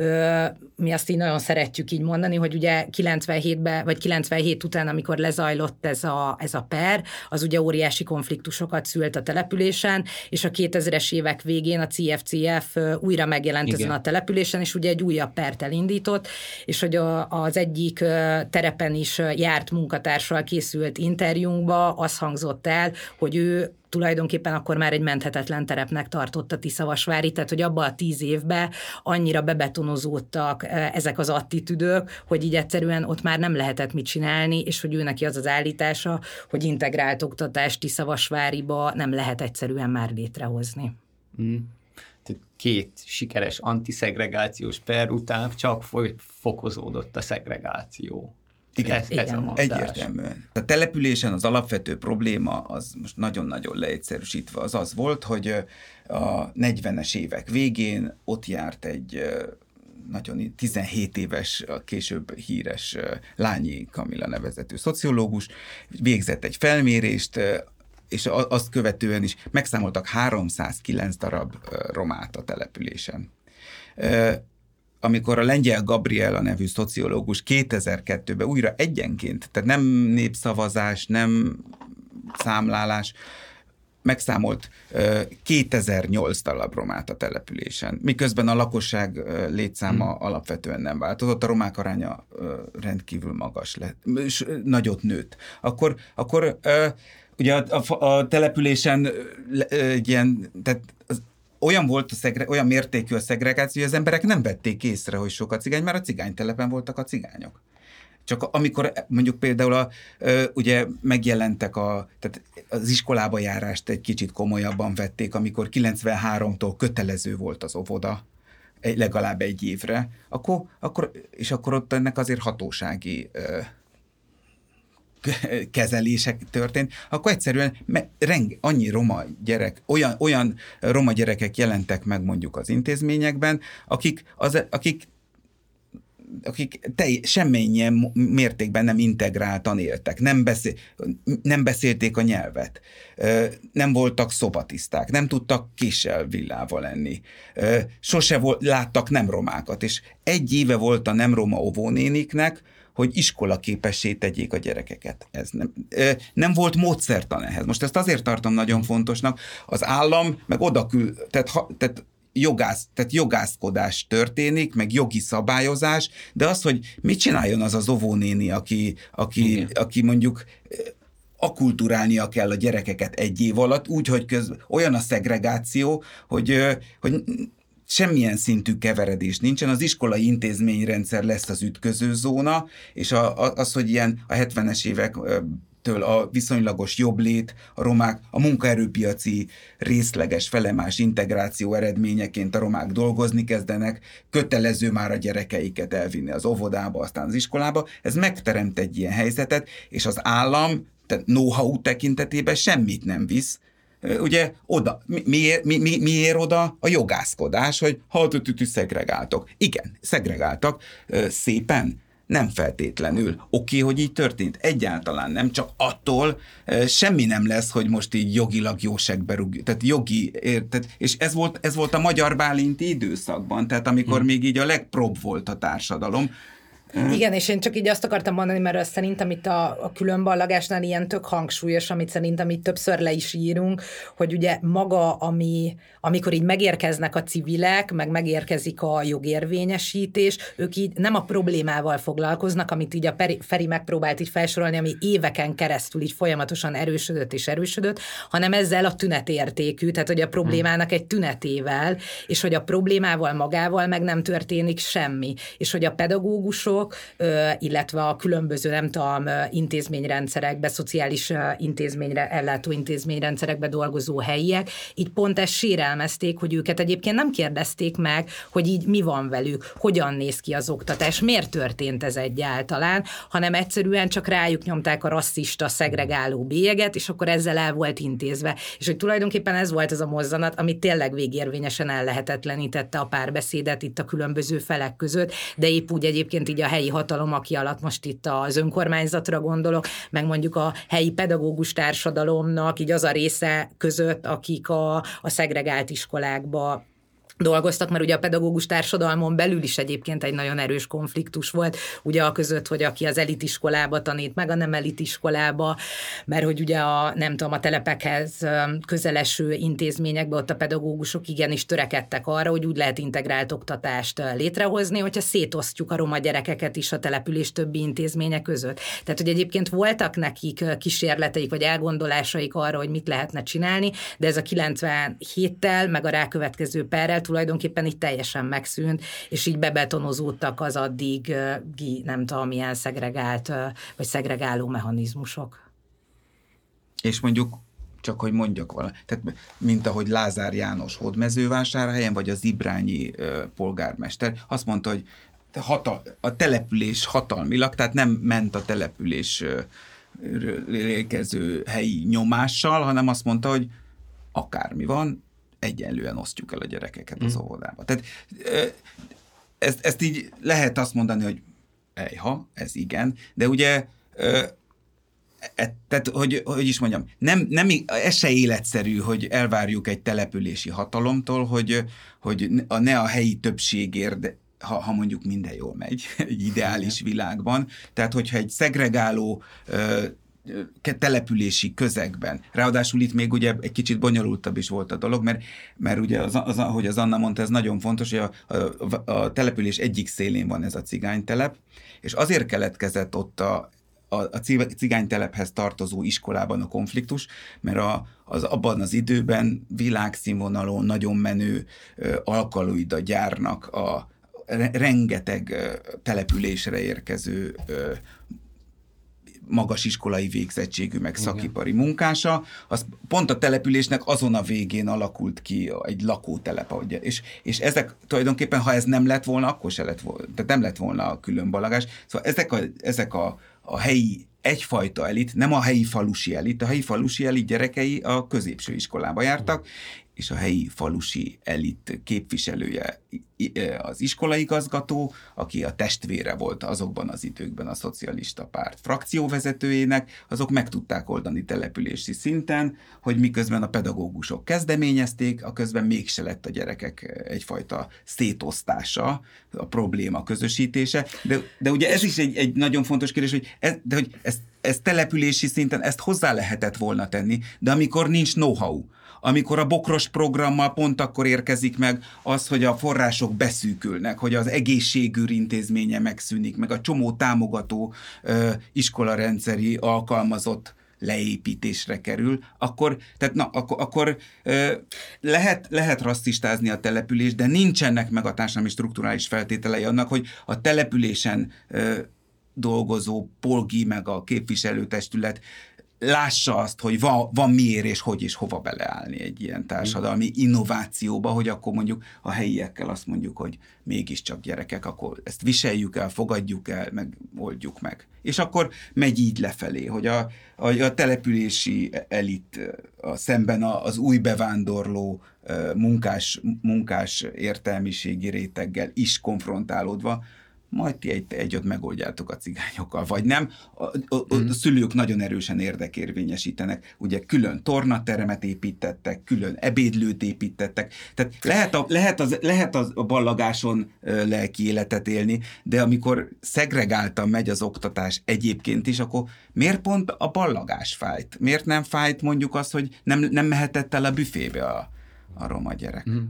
mi azt így nagyon szeretjük így mondani, hogy ugye kilencvenhétben, vagy kilencvenhét után, amikor lezajlott ez a, ez a per, az ugye óriási konfliktusokat szült a településen, és a kétezres évek végén a cé ef cé ef újra megjelent Igen. ezen a településen, és ugye egy újabb pert elindított, és hogy a, az egyik terepen is járt munkatársal készült interjúnkba az hangzott el, hogy ő tulajdonképpen akkor már egy menthetetlen terepnek tartotta Tiszavasvári, tehát hogy abban a tíz évben annyira bebetonozódtak ezek az attitűdök, hogy így egyszerűen ott már nem lehetett mit csinálni, és hogy ő neki az az állítása, hogy integrált oktatást Tiszavasváriba nem lehet egyszerűen már létrehozni. Mm. Két sikeres antiszegregációs per után csak fokozódott a szegregáció. Igen, ez, ez a egyértelműen. A településen az alapvető probléma, az most nagyon-nagyon leegyszerűsítve az az volt, hogy a negyvenes évek végén ott járt egy nagyon tizenhét éves, később híres Lányi Kamilla nevezetű szociológus, végzett egy felmérést, és azt követően is megszámoltak háromszázkilenc darab romát a településen. Amikor a Lengyel Gabriela nevű szociológus kétezer-kettőben újra egyenként, tehát nem népszavazás, nem számlálás, megszámolt kétezer-nyolc darab romát a településen, miközben a lakosság létszáma hmm. alapvetően nem változott, a romák aránya rendkívül magas lett, és nagyot nőtt. Akkor, akkor ugye a, a, a településen egy ilyen, tehát az, olyan volt a szegre, olyan mértékű a szegregáció, hogy az emberek nem vették észre, hogy sok a cigány, mert a cigánytelepen voltak a cigányok. Csak amikor mondjuk például a, ugye megjelentek a, tehát az iskolába járást egy kicsit komolyabban vették, amikor kilencvenháromtól kötelező volt az óvoda, egy, legalább egy évre, akkor, akkor, és akkor ott ennek azért hatósági kezelések történt, akkor egyszerűen me, reng, annyi roma gyerek, olyan, olyan roma gyerekek jelentek meg mondjuk az intézményekben, akik, az, akik, akik telj, semmilyen mértékben nem integráltan éltek, nem, beszél, nem beszélték a nyelvet, nem voltak szobatiszták, nem tudtak késsel villával lenni, sose volt, láttak nem romákat, és egy éve volt a nem roma óvónéniknek, hogy iskolaképessé tegyék a gyerekeket. Ez nem, nem volt módszertan ehhez. Most ezt azért tartom nagyon fontosnak. Az állam meg oda küld, tehát, tehát, jogász, tehát jogászkodás történik, meg jogi szabályozás, de az, hogy mit csináljon az az óvónéni, aki, aki, aki mondjuk akkulturálnia kell a gyerekeket egy év alatt, úgy, hogy közben olyan a szegregáció, hogy, hogy semmilyen szintű keveredés nincsen, az iskolai intézményrendszer lesz az ütköző zóna, és a, a, az, hogy ilyen a hetvenes évek től a viszonylagos jobblét, a romák, a munkaerőpiaci részleges felemás integráció eredményeként a romák dolgozni kezdenek, kötelező már a gyerekeiket elvinni az óvodába, aztán az iskolába, ez megteremt egy ilyen helyzetet, és az állam, tehát know-how tekintetében semmit nem visz. Ugye oda, mi, miért, mi, mi, miért oda? A jogászkodás, hogy ha tütütű szegregáltok. Igen, szegregáltak szépen, nem feltétlenül. Oké, okay, hogy így történt? Egyáltalán nem, csak attól e, semmi nem lesz, hogy most így jogilag jóságbe rúgjuk. Tehát jogi, érted? És ez volt, ez volt a magyar bálinti időszakban, tehát amikor hmm. még így a legprobb volt a társadalom. Igen, és én csak így azt akartam mondani, mert azt szerintem itt a, a különballagásnál ilyen tök hangsúlyos, amit szerintem itt többször le is írunk, hogy ugye maga, ami, amikor így megérkeznek a civilek, meg megérkezik a jogérvényesítés, ők így nem a problémával foglalkoznak, amit így a Peri, Feri megpróbált így felsorolni, ami éveken keresztül így folyamatosan erősödött és erősödött, hanem ezzel a tünetértékű, tehát hogy a problémának egy tünetével, és hogy a problémával magával meg nem történik semmi, és hogy a pedagógusok, illetve a különböző, nem tudom, intézményrendszerekbe, szociális intézményre, ellátó intézményrendszerekbe dolgozó helyiek, így pont ezt sérelmezték, hogy őket egyébként nem kérdezték meg, hogy így mi van velük, hogyan néz ki az oktatás, miért történt ez egyáltalán, hanem egyszerűen csak rájuk nyomták a rasszista, szegregáló bélyeget, és akkor ezzel el volt intézve. És hogy tulajdonképpen ez volt az a mozzanat, ami tényleg végérvényesen ellehetetlenítette a párbeszédet itt a különböző felek között, de épp úgy egyébként így a helyi hatalom, aki alatt most itt az önkormányzatra gondolok, meg mondjuk a helyi pedagógus társadalomnak így az a része között, akik a, a szegregált iskolákba dolgoztak, mert ugye a pedagógus társadalmon belül is egyébként egy nagyon erős konfliktus volt, ugye a között, hogy aki az elitiskolába tanít, meg a nem elitiskolába, mert hogy ugye a, nem tudom, a telepekhez közeleső intézményekben ott a pedagógusok igenis törekedtek arra, hogy úgy lehet integrált oktatást létrehozni, hogyha szétosztjuk a roma gyerekeket is a település többi intézménye között. Tehát, hogy egyébként voltak nekik kísérleteik, vagy elgondolásaik arra, hogy mit lehetne csinálni, de ez a kilencvenhéttel, meg a rákövetkező perrel tulajdonképpen így teljesen megszűnt, és így bebetonozódtak az addig, nem tudom, milyen szegregált, vagy szegregáló mechanizmusok. És mondjuk, csak hogy mondjak valamit, tehát mint ahogy Lázár János Hódmezővásárhelyen, vagy az Ibrányi uh, polgármester, azt mondta, hogy hatal, a település hatalmilag, tehát nem ment a település uh, érkező helyi nyomással, hanem azt mondta, hogy akármi van, egyenlően osztjuk el a gyerekeket az óvodába. Tehát ezt, ezt így lehet azt mondani, hogy ejha, ez igen, de ugye e, tehát, hogy, hogy is mondjam, nem, nem, ez se életszerű, hogy elvárjuk egy települési hatalomtól, hogy, hogy a, ne a helyi többségért, de ha, ha mondjuk minden jól megy, egy ideális világban. Tehát, hogyha egy szegregáló települési közegben. Ráadásul itt még ugye egy kicsit bonyolultabb is volt a dolog, mert, mert ugye, az, az, ahogy az Anna mondta, ez nagyon fontos, hogy a, a, a település egyik szélén van ez a cigánytelep, és azért keletkezett ott a, a, a cigánytelephez tartozó iskolában a konfliktus, mert a, az abban az időben világszínvonalon nagyon menő alkaloida gyárnak a rengeteg településre érkező magas iskolai végzettségű, meg szakipari munkása, az pont a településnek azon a végén alakult ki egy lakótelep. És, és ezek tulajdonképpen, ha ez nem lett volna, akkor se lett volna, tehát nem lett volna a különballagás. Szóval ezek a, ezek a, a helyi egyfajta elit, nem a helyi falusi elit, a helyi falusi elit gyerekei a középső iskolába jártak, és a helyi falusi elit képviselője az iskolaigazgató, aki a testvére volt azokban az időkben a szocialista párt frakcióvezetőjének, azok meg tudták oldani települési szinten, hogy miközben a pedagógusok kezdeményezték, a közben mégse lett a gyerekek egyfajta szétosztása, a probléma közösítése. De, de ugye ez is egy, egy nagyon fontos kérdés, hogy, ez, de hogy ezt, ezt települési szinten ezt hozzá lehetett volna tenni, de amikor nincs know-how, amikor a bokros programmal pont akkor érkezik meg az, hogy a források beszűkülnek, hogy az egészségügy intézménye megszűnik, meg a csomó támogató ö, iskolarendszeri alkalmazott leépítésre kerül, akkor, tehát na, akkor, akkor ö, lehet, lehet rasszistázni a települést, de nincsenek meg a társadalmi strukturális feltételei annak, hogy a településen ö, dolgozó polgi meg a képviselőtestület lássa azt, hogy van, van miért és hogy és hova beleállni egy ilyen társadalmi innovációba, hogy akkor mondjuk a helyiekkel azt mondjuk, hogy mégiscsak gyerekek, akkor ezt viseljük el, fogadjuk el, meg oldjuk meg. És akkor megy így lefelé, hogy a, a, a települési elit a, szemben az új bevándorló munkás, munkás értelmiségi réteggel is konfrontálódva, majd ti egy, egyot megoldjátok a cigányokkal, vagy nem. A, a, a szülők nagyon erősen érdekérvényesítenek. Ugye külön tornateremet építettek, külön ebédlőt építettek. Tehát lehet a, lehet az, lehet az a ballagáson uh, lelki életet élni, de amikor szegregáltan megy az oktatás egyébként is, akkor miért pont a ballagás fájt? Miért nem fájt mondjuk az, hogy nem, nem mehetett el a büfébe a, a roma gyerek? Mm.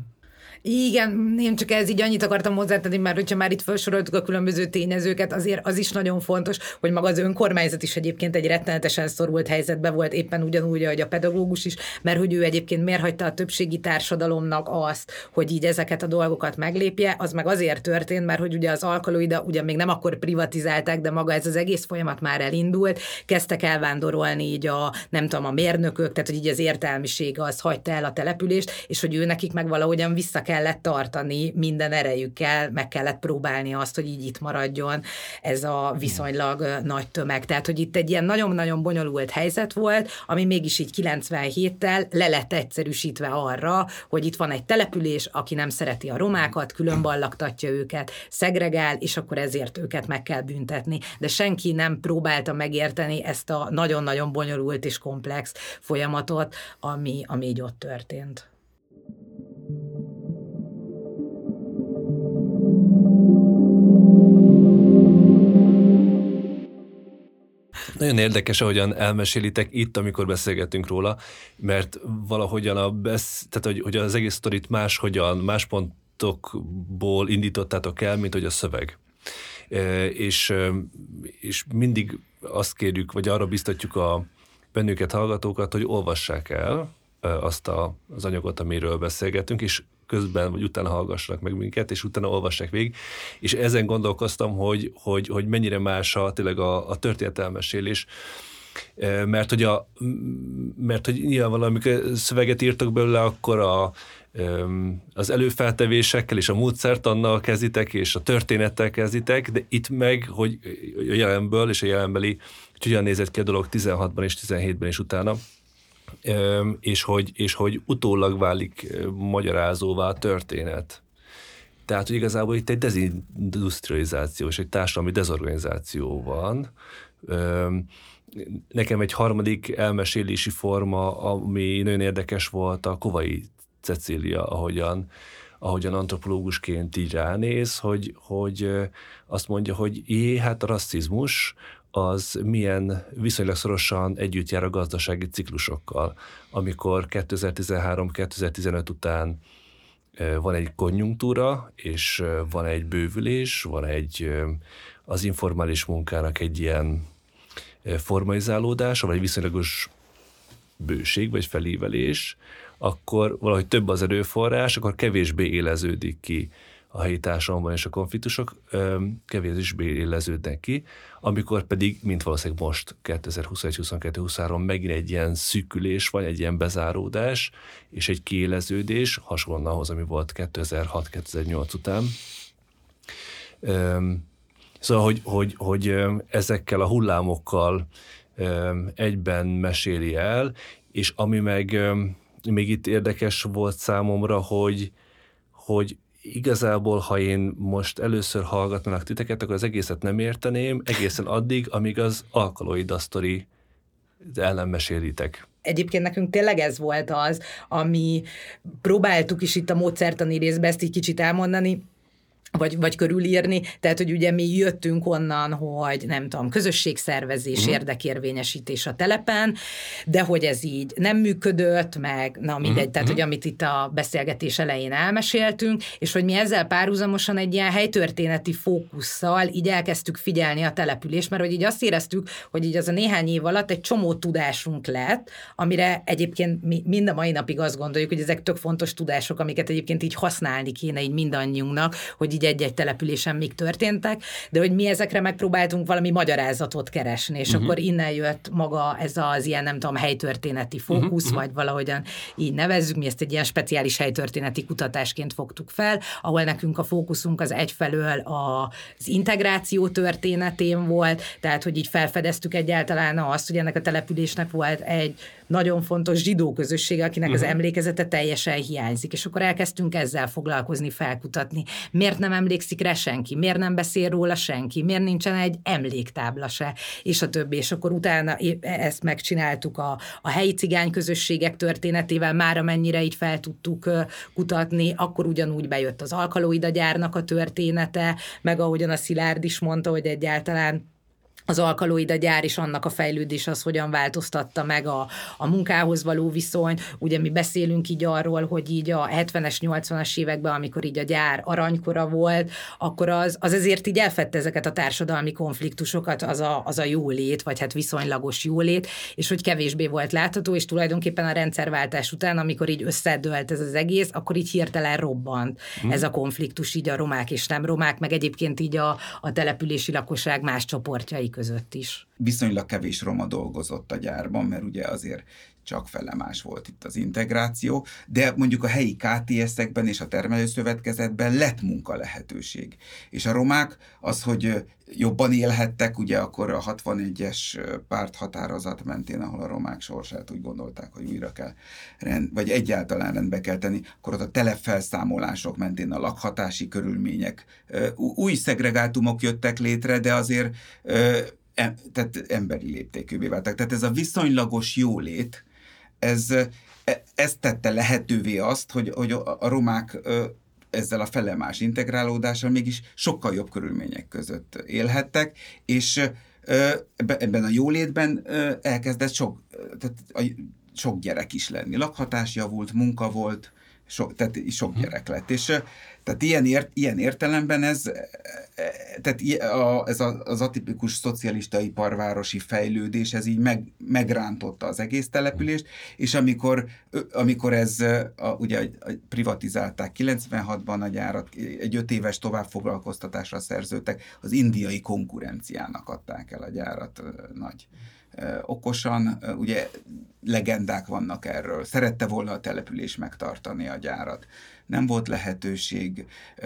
Igen, én csak ez így annyit akartam hozzátenni, mert hogyha már itt felsoroltuk a különböző tényezőket, azért az is nagyon fontos, hogy maga az önkormányzat is egyébként egy rettenetesen szorult helyzetben volt, éppen ugyanúgy, ahogy a pedagógus is, mert hogy ő egyébként miért hagyta a többségi társadalomnak azt, hogy így ezeket a dolgokat meglépje, az meg azért történt, mert hogy ugye az alkaloida ugye még nem akkor privatizálták, de maga ez az egész folyamat már elindult, kezdtek elvándorolni így a, nem tudom, a mérnökök, tehát hogy így az értelmiség az hagyta el a települést, és hogy ő nekik meg valahogyan vissza kellett tartani minden erejükkel, meg kellett próbálni azt, hogy így itt maradjon ez a viszonylag nagy tömeg. Tehát, hogy itt egy ilyen nagyon-nagyon bonyolult helyzet volt, ami mégis így kilencvenhéttel le lett egyszerűsítve arra, hogy itt van egy település, aki nem szereti a romákat, különballagtatja őket, szegregál, és akkor ezért őket meg kell büntetni. De senki nem próbálta megérteni ezt a nagyon-nagyon bonyolult és komplex folyamatot, ami, ami így ott történt. Nagyon érdekes, ahogyan elmesélitek itt, amikor beszélgetünk róla, mert valahogyan a besz... tehát, hogy, hogy az egész sztorit máshogyan, más pontokból indítottátok el, mint hogy a szöveg. E, és, és mindig azt kérjük, vagy arra biztatjuk a bennünket, hallgatókat, hogy olvassák el azt a, az anyagot, amiről beszélgetünk, és közben vagy utána hallgassanak meg minket, és utána olvassák végig. És ezen gondolkoztam, hogy, hogy, hogy mennyire más a, tényleg a, a történetelmesélés, mert hogy, a, mert hogy nyilván amikor szöveget írtak belőle, akkor a, az előfeltevésekkel és a módszertannal kezditek, és a történettel kezditek, de itt meg, hogy a jelenből és a jelenbeli, hogy hogyan nézett ki a dolog tizenhatban és tizenhétben és utána, és hogy, és hogy utólag válik magyarázóvá a történet. Tehát, hogy igazából itt egy dezindustrializáció és egy társadalmi dezorganizáció van. Nekem egy harmadik elmesélési forma, ami nagyon érdekes volt, a Kovai Cecília, ahogyan, ahogyan antropológusként így ránéz, hogy, hogy azt mondja, hogy jé, hát a rasszizmus az milyen viszonylag szorosan együtt jár a gazdasági ciklusokkal, amikor kétezer-tizenhárom kétezer-tizenöt után van egy konjunktúra, és van egy bővülés, van egy az informális munkának egy ilyen formalizálódása, vagy viszonylagos bőség, vagy felívelés, akkor valahogy több az erőforrás, akkor kevésbé éleződik ki a helyi társadalomban, és a konfliktusok kevésbé éleződnek ki, amikor pedig, mint valószínűleg most kétezer-huszonegy huszonkettő huszonhárom megint egy ilyen szűkülés van, egy ilyen bezáródás, és egy kiéleződés, hasonlóan ahhoz, ami volt kétezer-hat kétezer-nyolc után. Szóval, hogy, hogy, hogy ezekkel a hullámokkal egyben meséli el, és ami meg még itt érdekes volt számomra, hogy, hogy igazából, ha én most először hallgatnának titeket, akkor az egészet nem érteném, egészen addig, amíg az alkaloida sztori ellen mesélitek. Egyébként nekünk tényleg ez volt az, ami próbáltuk is itt a módszertani részben ezt így kicsit elmondani, Vagy, vagy körülírni, tehát, hogy ugye mi jöttünk onnan, hogy nem tudom, közösségszervezés, uh-huh. érdekérvényesítés a telepen, de hogy ez így nem működött, meg na mindegy, uh-huh. tehát, hogy amit itt a beszélgetés elején elmeséltünk, és hogy mi ezzel párhuzamosan egy ilyen helytörténeti fókusszal így elkezdtük figyelni a települést, mert hogy így azt éreztük, hogy így az a néhány év alatt egy csomó tudásunk lett, amire egyébként mi mind a mai napig azt gondoljuk, hogy ezek tök fontos tudások, amiket egyébként így használni kéne így mindannyiunknak, hogy így egy-egy településen még történtek, de hogy mi ezekre megpróbáltunk valami magyarázatot keresni, és uh-huh. akkor innen jött maga ez az ilyen, nem tudom, helytörténeti fókusz, uh-huh. vagy valahogyan így nevezzük, mi ezt egy ilyen speciális helytörténeti kutatásként fogtuk fel, ahol nekünk a fókuszunk az egyfelől az integráció történetén volt, tehát hogy így felfedeztük egyáltalán azt, hogy ennek a településnek volt egy nagyon fontos zsidó közösség, akinek uh-huh. az emlékezete teljesen hiányzik, és akkor elkezdtünk ezzel foglalkozni, felkutatni. Miért nem emlékszik rá senki? Miért nem beszél róla senki? Miért nincsen egy emléktábla se? És a többi. És akkor utána ezt megcsináltuk a, a helyi cigány közösségek történetével, már amennyire így fel tudtuk kutatni, akkor ugyanúgy bejött az Alkaloida gyárnak a története, meg ahogyan a Szilárd is mondta, hogy egyáltalán az Alkaloida gyár is annak a fejlődés az hogyan változtatta meg a, a munkához való viszonyt. Ugye mi beszélünk így arról, hogy így a hetvenes, nyolcvanas években, amikor így a gyár aranykora volt, akkor az, az ezért így elfedte ezeket a társadalmi konfliktusokat, az a, az a jólét, vagy hát viszonylagos jólét, és hogy kevésbé volt látható, és tulajdonképpen a rendszerváltás után, amikor így összedőlt ez az egész, akkor így hirtelen robbant hmm. ez a konfliktus így a romák és nem romák, meg egyébként így a, a települési lakosság más csoportjai között is. Viszonylag kevés roma dolgozott a gyárban, mert ugye azért csak fele más volt itt az integráció, de mondjuk a helyi ká té es-ekben és a termelőszövetkezetben lett munka lehetőség. És a romák az, hogy jobban élhettek, ugye akkor a hatvanegyes párthatározat mentén, ahol a romák sorsát úgy gondolták, hogy újra kell rend, vagy egyáltalán rendbe kell tenni, akkor ott a telepfelszámolások mentén a lakhatási körülmények, új szegregátumok jöttek létre, de azért tehát emberi léptékűvé váltak. Tehát ez a viszonylagos jólét, ez, ez tette lehetővé azt, hogy, hogy a romák ezzel a felemás integrálódással mégis sokkal jobb körülmények között élhettek, és ebben a jólétben elkezdett sok, tehát sok gyerek is lenni. Lakhatás javult, munka volt, so, tehát sok gyerek lett. És tehát ilyen, ért, ilyen értelemben ez, tehát ez az atipikus szocialista iparvárosi fejlődés, ez így meg, megrántotta az egész települést, és amikor, amikor ez, a, ugye privatizálták kilencvenhatban a gyárat, egy öt éves továbbfoglalkoztatásra szerződtek, az indiai konkurenciának adták el a gyárat nagy okosan, ugye legendák vannak erről. Szerette volna a település megtartani a gyárat. Nem volt lehetőség,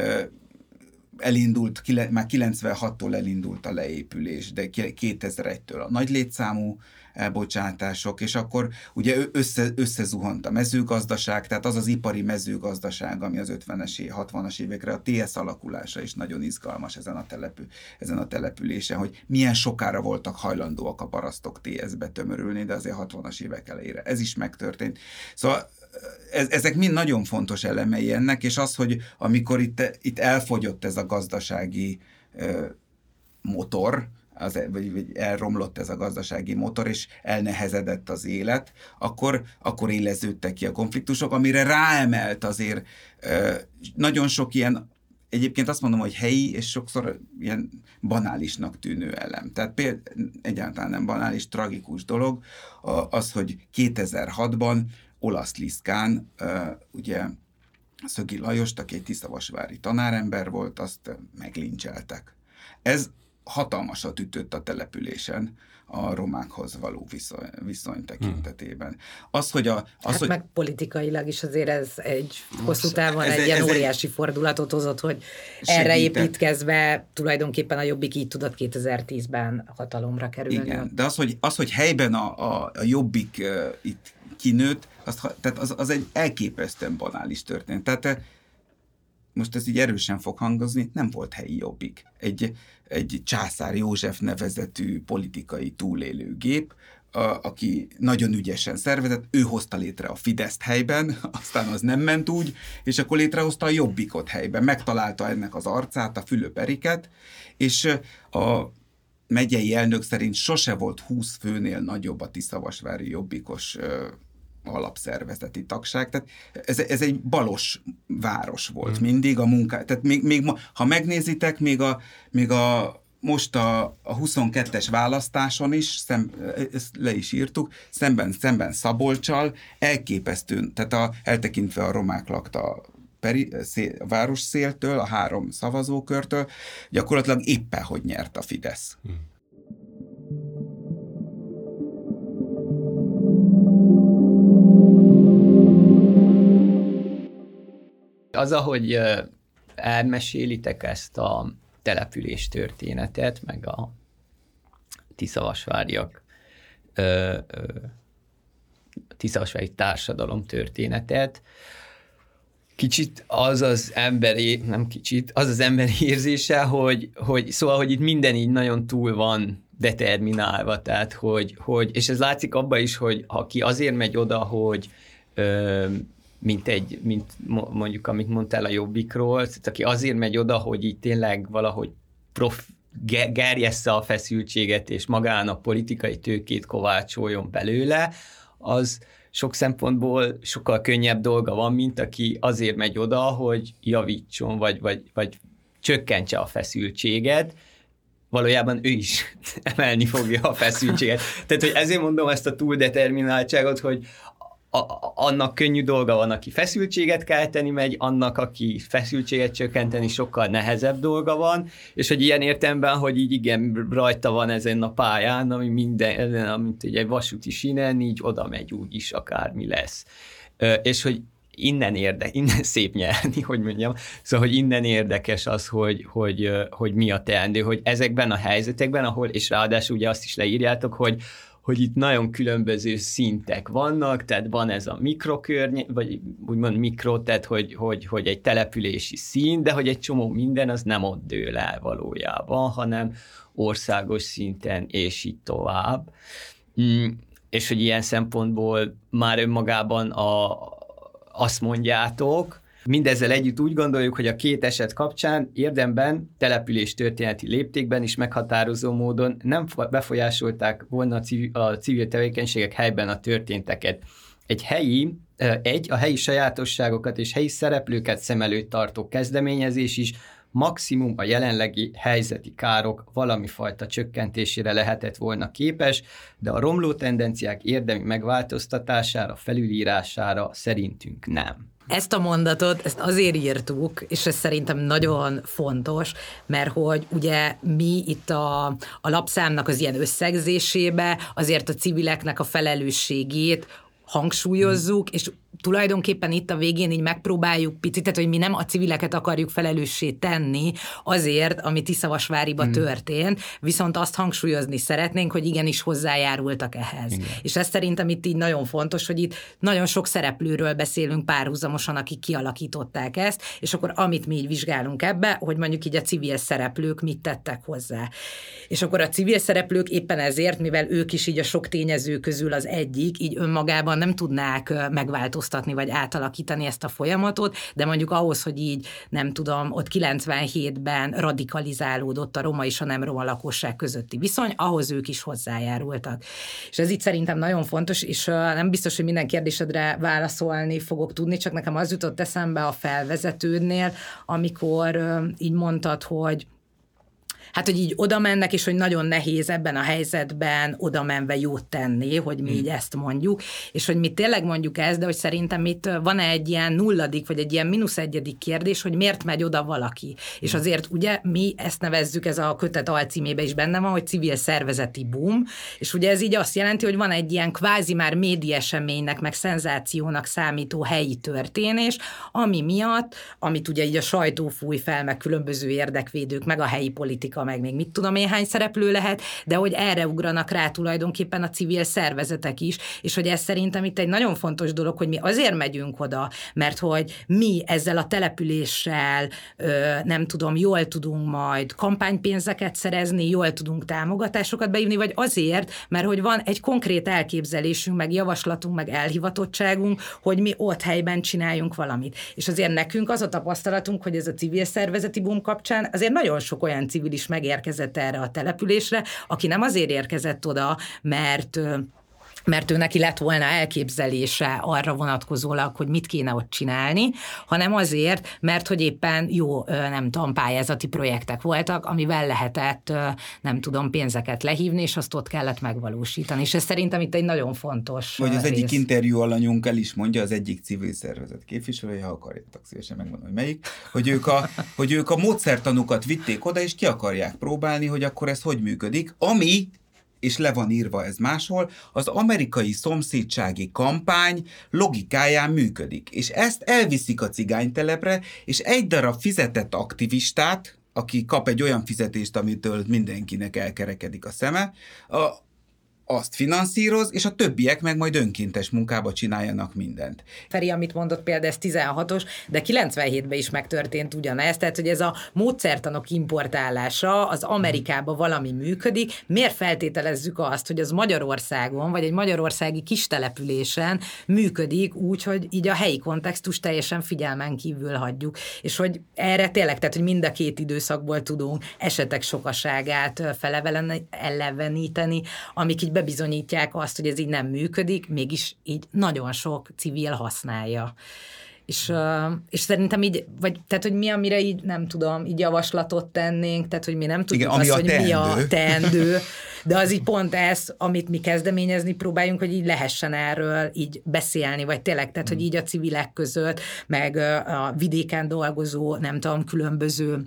elindult, már kilencvenhattól elindult a leépülés, de kétezer-egytől a nagy létszámú elbocsátások, és akkor ugye össze, összezuhant a mezőgazdaság, tehát az az ipari mezőgazdaság, ami az ötvenes, hatvanas évekre a té es alakulása is nagyon izgalmas ezen a, telepü, ezen a településen, hogy milyen sokára voltak hajlandóak a parasztok té es-be tömörülni, de azért hatvanas évek elejére ez is megtörtént. Szóval ez, ezek mind nagyon fontos elemei ennek, és az, hogy amikor itt, itt elfogyott ez a gazdasági ö, motor, az, vagy, vagy elromlott ez a gazdasági motor, és elnehezedett az élet, akkor, akkor éleződtek ki a konfliktusok, amire ráemelt azért ö, nagyon sok ilyen, egyébként azt mondom, hogy helyi, és sokszor ilyen banálisnak tűnő elem. Tehát például egyáltalán nem banális, tragikus dolog az, hogy kétezer-hatban Olasz Liszkán, ugye Szögi Lajost, aki egy tiszavasvári tanárember volt, azt meglincseltek. Ez hatalmasat ütött a településen a romákhoz való viszony, viszony tekintetében. Az, hogy a... Az, hát hogy... meg politikailag is azért ez egy hosszú távon ez, egy ez, ilyen ez óriási egy... fordulatot hozott, hogy segített. Erre építkezve tulajdonképpen a Jobbik így tudott kétezer-tízben hatalomra kerülni. Igen, de az, hogy, az, hogy helyben a, a, a Jobbik uh, itt kinőtt, azt, tehát az, az egy elképesztően banális történet. Tehát most ez így erősen fog hangozni, nem volt helyi Jobbik. Egy, egy Császár József nevezetű politikai túlélő gép, a, aki nagyon ügyesen szervezett, ő hozta létre a Fideszt helyben, aztán az nem ment úgy, és akkor létrehozta a Jobbikot helyben, megtalálta ennek az arcát, a Fülöp Eriket, és a megyei elnök szerint sose volt húsz főnél nagyobb a tiszavasvári jobbikos alapszervezeti tagság, tehát ez, ez egy balos város volt hmm. mindig a munká. Tehát még, még ma, ha megnézitek, még a, még a most a, a huszonkettes választáson is, szem, ezt le is írtuk, szemben, szemben Szabolccsal elképesztően, tehát a, eltekintve a romák lakta peri, szél, a városszéltől, a három szavazókörtől, gyakorlatilag éppen hogy nyert a Fidesz. Hmm. Az, ahogy elmesélitek ezt a település történetet, meg a tiszavasváriak, tiszavasvári társadalom történetet, kicsit az az emberi, nem kicsit, az az emberi érzése, hogy, hogy szóval, hogy itt minden így nagyon túl van determinálva, tehát, hogy, hogy és ez látszik abban is, hogy aki azért megy oda, hogy ö, mint egy, mint mondjuk, amit mondtál a Jobbikról, tehát aki azért megy oda, hogy így tényleg valahogy prof, gerjessze a feszültséget, és magának politikai tőkét kovácsoljon belőle, az sok szempontból sokkal könnyebb dolga van, mint aki azért megy oda, hogy javítson, vagy, vagy, vagy csökkentse a feszültséget, valójában ő is emelni fogja a feszültséget. Tehát, hogy ezért mondom ezt a túldetermináltságot, hogy A, annak könnyű dolga van, aki feszültséget kelteni megy, annak, aki feszültséget csökkenteni, sokkal nehezebb dolga van, és hogy ilyen értelemben, hogy így igen, rajta van ezen a pályán, ami minden, amit egy vasúti sínen, így oda megy úgy is, akármi lesz. És hogy innen érde, innen szép nyerni, hogy mondjam, szóval, hogy innen érdekes az, hogy, hogy, hogy mi a teendő, hogy ezekben a helyzetekben, ahol, és ráadásul ugye azt is leírjátok, hogy hogy itt nagyon különböző szintek vannak, tehát van ez a mikrokörnye, vagy úgymond mikro, tehát hogy, hogy, hogy egy települési szín, de hogy egy csomó minden az nem ott dől el valójában, hanem országos szinten, és így tovább. Mm, és hogy ilyen szempontból már önmagában a, azt mondjátok, mindezzel együtt úgy gondoljuk, hogy a két eset kapcsán érdemben, település történeti léptékben is meghatározó módon nem befolyásolták volna a civil, a civil tevékenységek helyben a történteket. Egy helyi, egy a helyi sajátosságokat és helyi szereplőket szem előtt tartó kezdeményezés is maximum a jelenlegi helyzeti károk valami fajta csökkentésére lehetett volna képes, de a romló tendenciák érdemi megváltoztatására, felülírására szerintünk nem. Ezt a mondatot, ezt azért írtuk, és ez szerintem nagyon fontos, mert hogy ugye mi itt a, a lapszámnak az ilyen összegzésébe azért a civileknek a felelősségét hangsúlyozzuk, és tulajdonképpen itt a végén így megpróbáljuk picit, tehát hogy mi nem a civileket akarjuk felelőssé tenni azért, ami Tiszavasváriba hmm. történt, viszont azt hangsúlyozni szeretnénk, hogy igenis hozzájárultak ehhez. Igen. És ez szerintem itt így nagyon fontos, hogy itt nagyon sok szereplőről beszélünk párhuzamosan, akik kialakították ezt, és akkor amit mi így vizsgálunk ebbe, hogy mondjuk így a civil szereplők mit tettek hozzá. És akkor a civil szereplők éppen ezért, mivel ők is így a sok tényező közül az egyik, így önmagában nem tudnák megváltoztatni vagy átalakítani ezt a folyamatot, de mondjuk ahhoz, hogy így nem tudom, ott kilencvenhétben radikalizálódott a roma és a nem roma lakosság közötti viszony, ahhoz ők is hozzájárultak. És ez itt szerintem nagyon fontos, és nem biztos, hogy minden kérdésedre válaszolni fogok tudni, csak nekem az jutott eszembe a felvezetődnél, amikor így mondtad, hogy hát, hogy így oda mennek, és hogy nagyon nehéz ebben a helyzetben oda menve jót tenni, hogy mi így ezt mondjuk, és hogy mi tényleg mondjuk ezt, de hogy szerintem itt van-e egy ilyen nulladik, vagy egy ilyen mínusz egyedik kérdés, hogy miért megy oda valaki. És azért ugye mi ezt nevezzük, ez a kötet alcímében is benne van, hogy civil szervezeti boom, és ugye ez így azt jelenti, hogy van egy ilyen kvázi már médiaeseménynek, meg szenzációnak számító helyi történés, ami miatt, amit ugye így a sajtó fúj fel, meg különböző érdekvédők, meg a helyi politika Amerika, meg még mit tudom én hány szereplő lehet, de hogy erre ugranak rá tulajdonképpen a civil szervezetek is, és hogy ez szerintem itt egy nagyon fontos dolog, hogy mi azért megyünk oda, mert hogy mi ezzel a településsel nem tudom, jól tudunk majd kampánypénzeket szerezni, jól tudunk támogatásokat beívni, vagy azért, mert hogy van egy konkrét elképzelésünk, meg javaslatunk, meg elhivatottságunk, hogy mi ott helyben csináljunk valamit. És azért nekünk az a tapasztalatunk, hogy ez a civil szervezeti boom kapcsán azért nagyon sok olyan civil is megérkezett erre a településre, aki nem azért érkezett oda, mert mert ő neki lett volna elképzelése arra vonatkozólag, hogy mit kéne ott csinálni, hanem azért, mert hogy éppen jó, nem tudom, pályázati projektek voltak, amivel lehetett, nem tudom, pénzeket lehívni, és azt ott kellett megvalósítani. És ez szerintem itt egy nagyon fontos Vagy az rész. egyik interjú alanyunk el is mondja, az egyik civil szervezet képviselője, ha akarjátok, szívesen megmondom, hogy melyik, hogy ők, a, hogy ők a módszertanukat vitték oda, és ki akarják próbálni, hogy akkor ez hogy működik, ami és le van írva ez máshol, az amerikai szomszédsági kampány logikáján működik. És ezt elviszik a cigánytelepre, és egy darab fizetett aktivistát, aki kap egy olyan fizetést, amitől mindenkinek elkerekedik a szeme, a, azt finanszíroz, és a többiek meg majd önkéntes munkába csináljanak mindent. Feri, amit mondott például, ez tizenhatos, de kilencvenhétben is megtörtént ugyanez, tehát hogy ez a módszertanok importálása, az Amerikában valami működik, miért feltételezzük azt, hogy az Magyarországon, vagy egy magyarországi kis településen működik úgy, hogy így a helyi kontextus teljesen figyelmen kívül hagyjuk, és hogy erre tényleg, tehát hogy mind a két időszakból tudunk esetek sokaságát feleleveníteni, amik így bebizonyítják azt, hogy ez így nem működik, mégis így nagyon sok civil használja. És, és szerintem így, vagy, tehát, hogy mi, amire így nem tudom, így javaslatot tennénk, tehát, hogy mi nem tudjuk Igen, azt, hogy teendő. mi a teendő, de az így pont ez, amit mi kezdeményezni próbáljunk, hogy így lehessen erről így beszélni, vagy tényleg, tehát, hogy így a civilek között, meg a vidéken dolgozó, nem tudom, különböző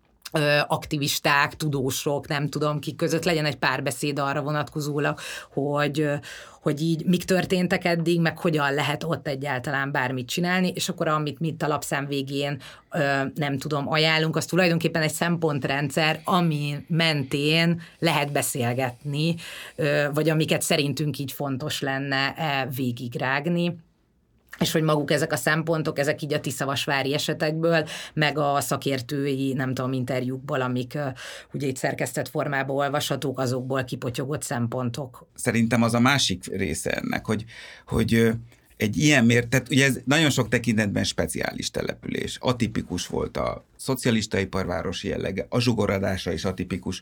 aktivisták, tudósok, nem tudom kik között legyen egy párbeszéd arra vonatkozólag, hogy, hogy így mik történtek eddig, meg hogyan lehet ott egyáltalán bármit csinálni, és akkor amit mi a lapszám végén nem tudom, ajánlunk, az tulajdonképpen egy szempontrendszer, ami mentén lehet beszélgetni, vagy amiket szerintünk így fontos lenne végigrágni. És hogy maguk ezek a szempontok, ezek így a tiszavasvári esetekből, meg a szakértői, nem tudom, interjúkból, amik uh, ugye itt szerkesztett formában olvashatók, azokból kipotyogott szempontok. Szerintem az a másik része ennek, hogy, hogy egy ilyen mért, tehát ugye ez nagyon sok tekintetben speciális település. Atipikus volt a szocialista iparvárosi jellege, a zsugoradása is atipikus,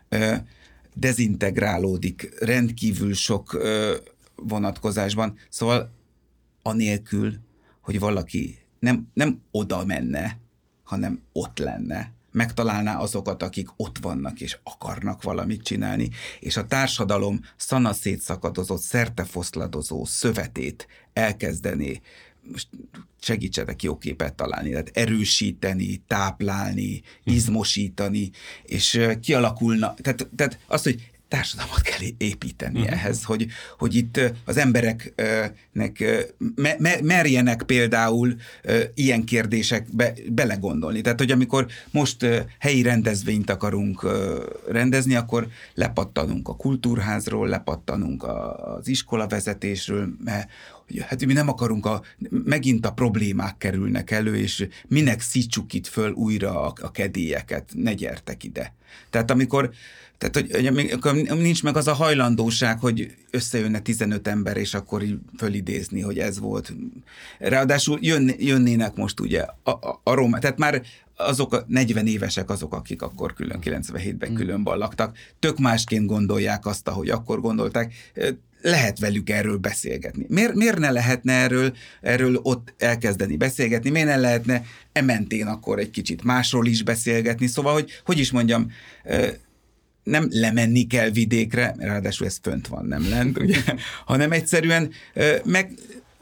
dezintegrálódik rendkívül sok vonatkozásban, szóval anélkül, hogy valaki nem, nem oda menne, hanem ott lenne, megtalálná azokat, akik ott vannak és akarnak valamit csinálni, és a társadalom szanaszétszakadozott, szertefoszladozó szövetét elkezdené, most segítsenek jó képet találni, tehát erősíteni, táplálni, izmosítani, és kialakulna, tehát, tehát az, hogy társadalmat kell építeni uh-huh. ehhez, hogy, hogy itt az embereknek me, me, merjenek például ilyen kérdésekbe belegondolni. Tehát, hogy amikor most helyi rendezvényt akarunk rendezni, akkor lepattanunk a kultúrházról, lepattanunk az iskolavezetésről, mert hát mi nem akarunk, a, megint a problémák kerülnek elő, és minek szítsuk itt föl újra a, a kedélyeket, ne gyertek ide. Tehát amikor Tehát, hogy, hogy nincs meg az a hajlandóság, hogy összejönne tizenöt ember, és akkor fölidézni, hogy ez volt. Ráadásul jön, jönnének most ugye a, a, a román, tehát már azok a negyven évesek azok, akik akkor külön kilencvenhétben különben laktak, tök másként gondolják azt, ahogy akkor gondolták. Lehet velük erről beszélgetni. Miért, miért ne lehetne erről, erről ott elkezdeni beszélgetni? Miért ne lehetne ementén akkor egy kicsit másról is beszélgetni? Szóval, hogy, hogy is mondjam, nem lemenni kell vidékre, ráadásul ez fönt van, nem lent, ugye? Hanem egyszerűen meg...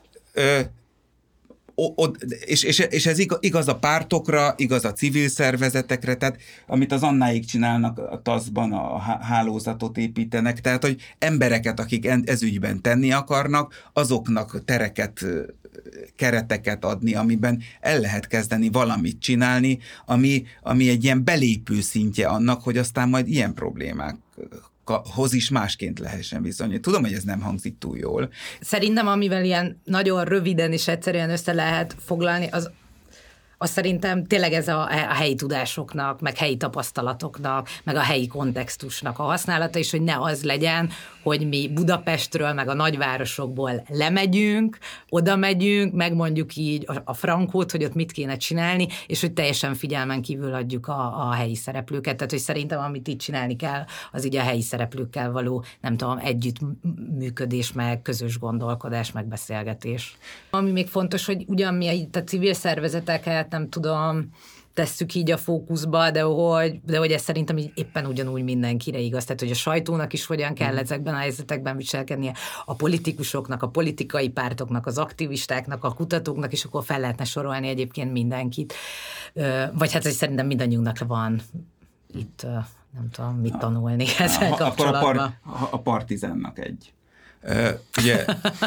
És, és, és ez igaz a pártokra, igaz a civil szervezetekre, tehát amit az Annáik csinálnak a taszban, a hálózatot építenek, tehát hogy embereket, akik ez ügyben tenni akarnak, azoknak tereket kereteket adni, amiben el lehet kezdeni valamit csinálni, ami, ami egy ilyen belépő szintje annak, hogy aztán majd ilyen problémákhoz is másként lehessen viszonyulni. Tudom, hogy ez nem hangzik túl jól. Szerintem, amivel ilyen nagyon röviden és egyszerűen össze lehet foglalni, az azt szerintem tényleg ez a, a helyi tudásoknak, meg helyi tapasztalatoknak, meg a helyi kontextusnak a használata, és hogy ne az legyen, hogy mi Budapestről, meg a nagyvárosokból lemegyünk, oda megyünk, megmondjuk így a, a frankót, hogy ott mit kéne csinálni, és hogy teljesen figyelmen kívül adjuk a, a helyi szereplőket. Tehát, hogy szerintem, amit itt csinálni kell, az így a helyi szereplőkkel való, nem tudom, együttműködés, meg közös gondolkodás, meg beszélgetés. Ami még fontos, hogy ugyan mi itt a civil szervezeteket, nem tudom, tesszük így a fókuszba, de hogy, de hogy ez szerintem így éppen ugyanúgy mindenkire igaz. Tehát, hogy a sajtónak is hogyan kell mm. ezekben a helyzetekben viselkednie, a politikusoknak, a politikai pártoknak, az aktivistáknak, a kutatóknak, és akkor fel lehetne sorolni egyébként mindenkit. Vagy hát, hogy szerintem mindannyiunknak van itt, nem tudom, mit tanulni ezzel kapcsolatban. Akkor a, par, a Partizánnak egy. Uh, ugye,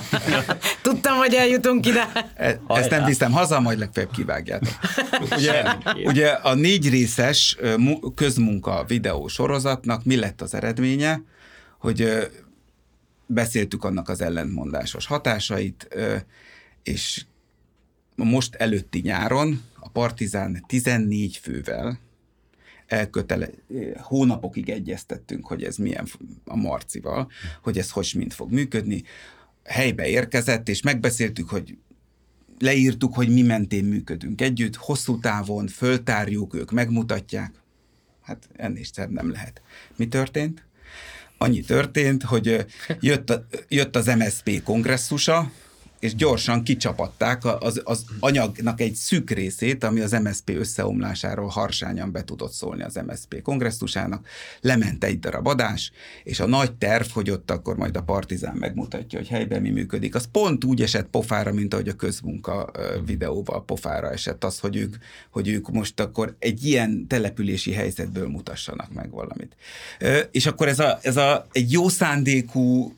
Tudtam, hogy eljutunk ide. E, ezt nem viszem haza, majd legfeljebb kivágjátok. Ugye, ugye a négy részes közmunka videó sorozatnak mi lett az eredménye, hogy uh, beszéltük annak az ellentmondásos hatásait, uh, és most előtti nyáron a Partizán tizennégy fővel elkötele, hónapokig egyeztettünk, hogy ez milyen a Marcival, hogy ez hogy mind fog működni. Helybe érkezett, és megbeszéltük, hogy leírtuk, hogy mi mentén működünk együtt, hosszú távon föltárjuk, ők megmutatják. Hát ennél szebb nem lehet. Mi történt? Annyi történt, hogy jött, a, jött az em es zé pé kongresszusa, és gyorsan kicsapatták az, az anyagnak egy szűk részét, ami az em es zé pé összeomlásáról harsányan be tudott szólni az em es zé pé kongresszusának. Lement egy darab adás, és a nagy terv, hogy ott akkor majd a Partizán megmutatja, hogy helyben mi működik, az pont úgy esett pofára, mint ahogy a közmunka videóval pofára esett az, hogy ők, hogy ők most akkor egy ilyen települési helyzetből mutassanak meg valamit. És akkor ez a, ez a egy jó szándékú,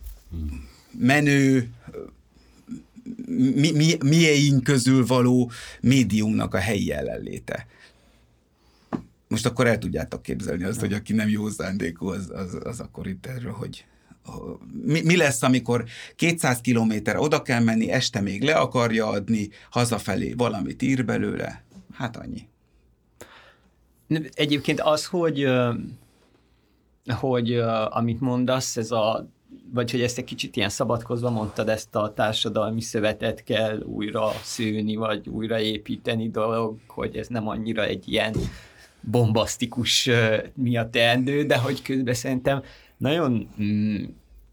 menő, mi, mi, mieink közül való médiumnak a helyi jelenléte. Most akkor el tudjátok képzelni azt, hogy aki nem jó szándékú, az, az, az akkor itt erről, hogy mi, mi lesz, amikor kétszáz kilométerre oda kell menni, este még le akarja adni, hazafelé valamit ír belőle, hát annyi. Egyébként az, hogy, hogy amit mondasz, ez a vagy hogy ezt egy kicsit ilyen szabadkozva mondtad, ezt a társadalmi szövetet kell újra szőni, vagy újraépíteni dolog, hogy ez nem annyira egy ilyen bombasztikus mi a teendő, de hogy közben szerintem nagyon mm,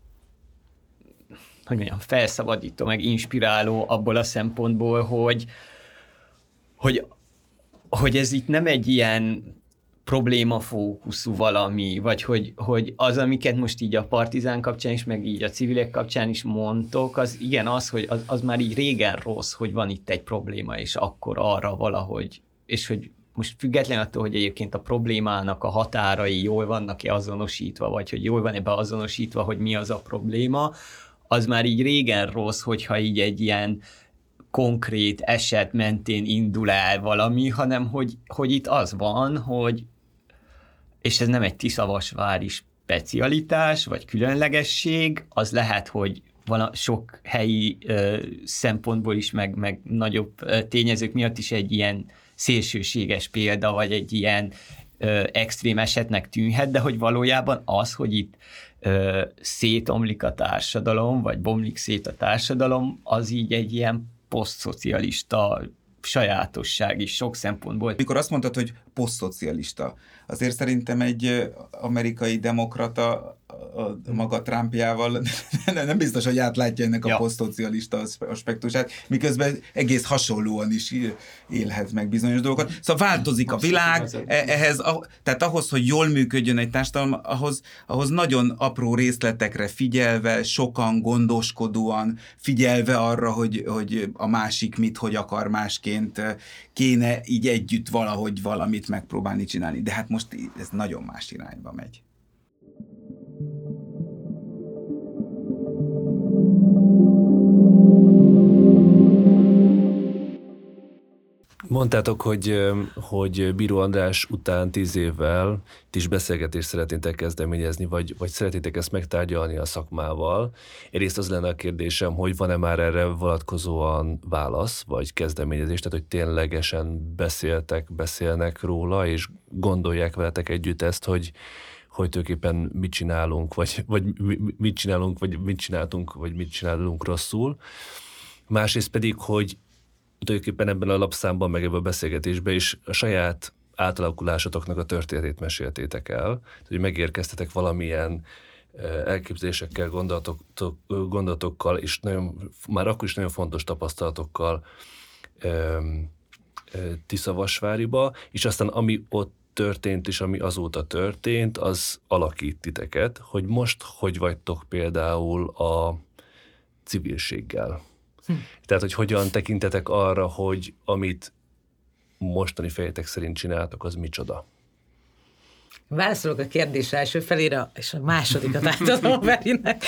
hogy mondjam, felszabadító, meg inspiráló abból a szempontból, hogy, hogy, hogy ez itt nem egy ilyen problémafókuszú valami, vagy hogy, hogy az, amiket most így a Partizán kapcsán is, meg így a civilek kapcsán is mondtok, az igen az, hogy az, az már így régen rossz, hogy van itt egy probléma, és akkor arra valahogy, és hogy most független attól, hogy egyébként a problémának a határai jól vannak-e azonosítva, vagy hogy jól van-e beazonosítva, hogy mi az a probléma, az már így régen rossz, hogyha így egy ilyen konkrét eset mentén indul el valami, hanem hogy, hogy itt az van, hogy és ez nem egy tiszavasvári specialitás, vagy különlegesség, az lehet, hogy van sok helyi ö, szempontból is, meg, meg nagyobb ö, tényezők miatt is egy ilyen szélsőséges példa, vagy egy ilyen ö, extrém esetnek tűnhet, de hogy valójában az, hogy itt ö, szétomlik a társadalom, vagy bomlik szét a társadalom, az így egy ilyen posztszocialista sajátosság is sok szempontból. Mikor azt mondtad, hogy posztszocialista, azért szerintem egy amerikai demokrata a maga Trumpjával nem biztos, hogy átlátja ennek a ja. posztszocialista aspektusát, miközben egész hasonlóan is élhet meg bizonyos dolgokat. Szóval változik a világ, ehhez, tehát ahhoz, hogy jól működjön egy társadalom, ahhoz, ahhoz nagyon apró részletekre figyelve, sokan gondoskodóan figyelve arra, hogy, hogy a másik mit, hogy akar másként, kéne így együtt valahogy valamit megpróbálni csinálni. De hát most ez nagyon más irányba megy. Mondtátok, hogy, hogy Bíró András után tíz évvel ti is beszélgetést szeretnétek kezdeményezni, vagy, vagy szeretnétek ezt megtárgyalni a szakmával. Egyrészt az lenne a kérdésem, hogy van-e már erre vonatkozóan válasz, vagy kezdeményezés, tehát hogy ténylegesen beszéltek, beszélnek róla, és gondolják veletek együtt ezt, hogy, hogy tulajdonképpen mit csinálunk, vagy, vagy mit csinálunk, vagy mit csináltunk, vagy mit csinálunk rosszul. Másrészt pedig, hogy tulajdonképpen ebben a lapszámban, meg ebben a beszélgetésben is a saját átalakulásotoknak a történetét meséltétek el, hogy megérkeztetek valamilyen elképzelésekkel, gondolatok, gondolatokkal, és nagyon, már akkor is nagyon fontos tapasztalatokkal Tiszavasváriba, és aztán ami ott történt, és ami azóta történt, az alakít titeket, hogy most hogy vagytok például a civilséggel. Hm. Tehát, hogy hogyan tekintetek arra, hogy amit mostani fejetek szerint csináltok, az micsoda? Válaszolok a kérdés első felére, és a másodikat átadom Verinek.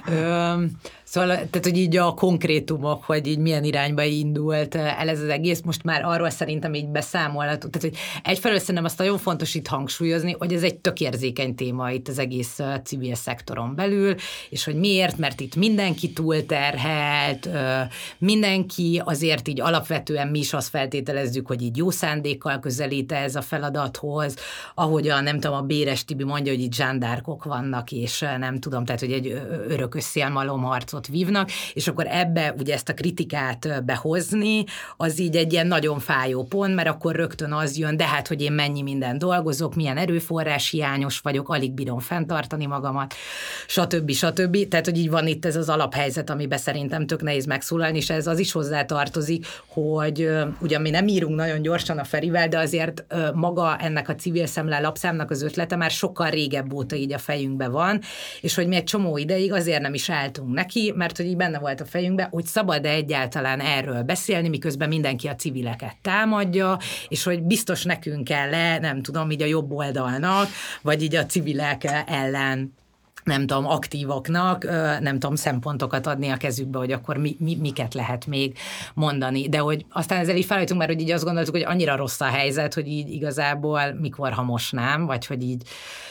Szóval, tehát, hogy így a konkrétumok, hogy így milyen irányba indult el ez az egész, most már arról szerintem így beszámolhatunk. Tehát, hogy egyfelől szerintem azt nagyon fontos itt hangsúlyozni, hogy ez egy tök érzékeny téma itt az egész civil szektoron belül, és hogy miért, mert itt mindenki túlterhelt, mindenki azért így alapvetően mi is azt feltételezzük, hogy így jó szándékkal közelít ez a feladathoz, ahogyan nem tudom, a Béres Tibi mondja, hogy itt zsándárkok vannak, és nem tudom, tehát, hogy egy örökös szélmalomharcot vívnak, és akkor ebbe ugye ezt a kritikát behozni, az így egy ilyen nagyon fájó pont, mert akkor rögtön az jön, de hát, hogy én mennyi minden dolgozok, milyen erőforrás hiányos vagyok, alig bírom fenntartani magamat, stb. stb. Tehát, hogy így van itt ez az alaphelyzet, amiben szerintem tök nehéz megszólalni, és ez az is hozzátartozik, hogy ugyan mi nem írunk nagyon gyorsan a Ferivel, de azért maga ennek a Civil Szemle lapszámnak az ötlete már sokkal régebb óta így a fejünkben van, és hogy mi egy csomó ideig azért nem is álltunk neki, mert hogy így benne volt a fejünkben, hogy szabad-e egyáltalán erről beszélni, miközben mindenki a civileket támadja, és hogy biztos nekünk kell-e, nem tudom, így a jobb oldalnak, vagy így a civilek ellen nem tudom, aktívoknak, nem tudom, szempontokat adni a kezükbe, hogy akkor mi, mi, miket lehet még mondani. De hogy aztán ezzel így felejtünk, mert hogy így azt gondoltuk, hogy annyira rossz a helyzet, hogy így igazából mikor, ha most nem, vagy hogy így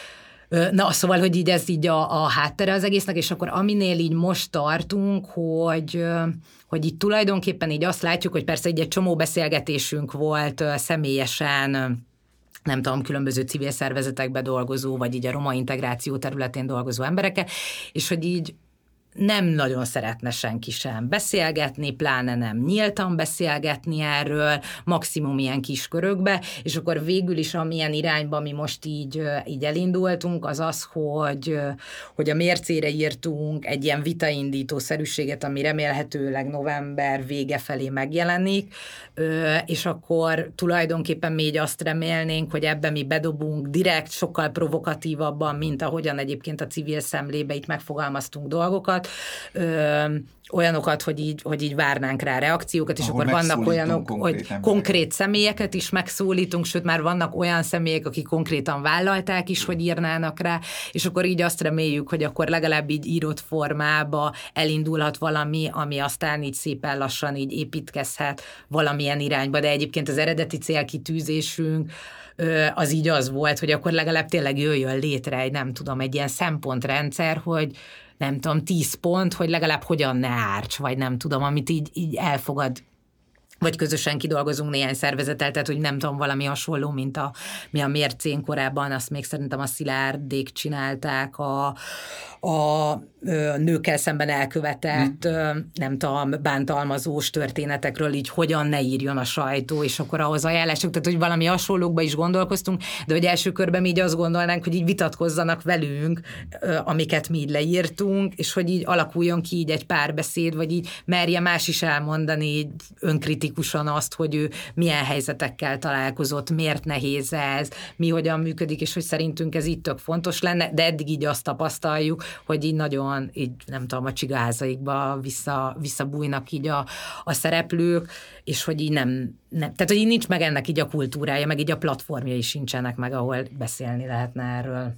na, szóval, hogy így ez így a, a háttere az egésznek, és akkor aminél így most tartunk, hogy, hogy így tulajdonképpen így azt látjuk, hogy persze így egy csomó beszélgetésünk volt személyesen, nem tudom, különböző civil szervezetekben dolgozó, vagy így a roma integráció területén dolgozó emberekkel, és hogy így nem nagyon szeretne senki sem beszélgetni, pláne nem nyíltan beszélgetni erről, maximum ilyen kis körökbe, és akkor végül is amilyen irányba mi most így, így elindultunk, az az, hogy, hogy a mércére írtunk egy ilyen vitaindító szerűséget, ami remélhetőleg november vége felé megjelenik, és akkor tulajdonképpen mi így azt remélnénk, hogy ebben mi bedobunk direkt, sokkal provokatívabban, mint ahogyan egyébként a Civil Szemlébe itt megfogalmaztunk dolgokat, Ö, olyanokat, hogy így, hogy így várnánk rá reakciókat, és ahol akkor vannak olyanok, konkrét hogy emberek. konkrét személyeket is megszólítunk, sőt már vannak olyan személyek, akik konkrétan vállalták is, hogy írnának rá, és akkor így azt reméljük, hogy akkor legalább így írott formába elindulhat valami, ami aztán így szépen lassan így építkezhet valamilyen irányba, de egyébként az eredeti célkitűzésünk az így az volt, hogy akkor legalább tényleg jöjjön létre egy, nem tudom, egy ilyen szempontrendszer, hogy nem tudom, tíz pont, hogy legalább hogyan ne árts, vagy nem tudom, amit így, így elfogad, vagy közösen kidolgozunk néhány szervezettel, tehát hogy nem tudom, valami hasonló, mint a, mi a mércén korábban, azt még szerintem a Szilárdék csinálták, a, a nőkkel szemben elkövetett, hmm. nem tudom, bántalmazós történetekről, így hogyan ne írjon a sajtó, és akkor ahhoz ajánlások, tehát hogy valami hasonlókba is gondolkoztunk, de hogy első körben mi így azt gondolnánk, hogy így vitatkozzanak velünk, amiket mi így leírtunk, és hogy így alakuljon ki így egy párbeszéd, vagy így merje más is elmondani így önkritikusan azt, hogy ő milyen helyzetekkel találkozott, miért nehéz ez, mi hogyan működik, és hogy szerintünk ez így tök fontos lenne, de eddig így azt tapasztaljuk, hogy így nagyon így nem tudom, a csigaházaikba vissza, visszabújnak így a, a szereplők, és hogy így nem, nem, tehát hogy így nincs meg ennek így a kultúrája, meg így a platformjai sincsenek meg, ahol beszélni lehetne erről.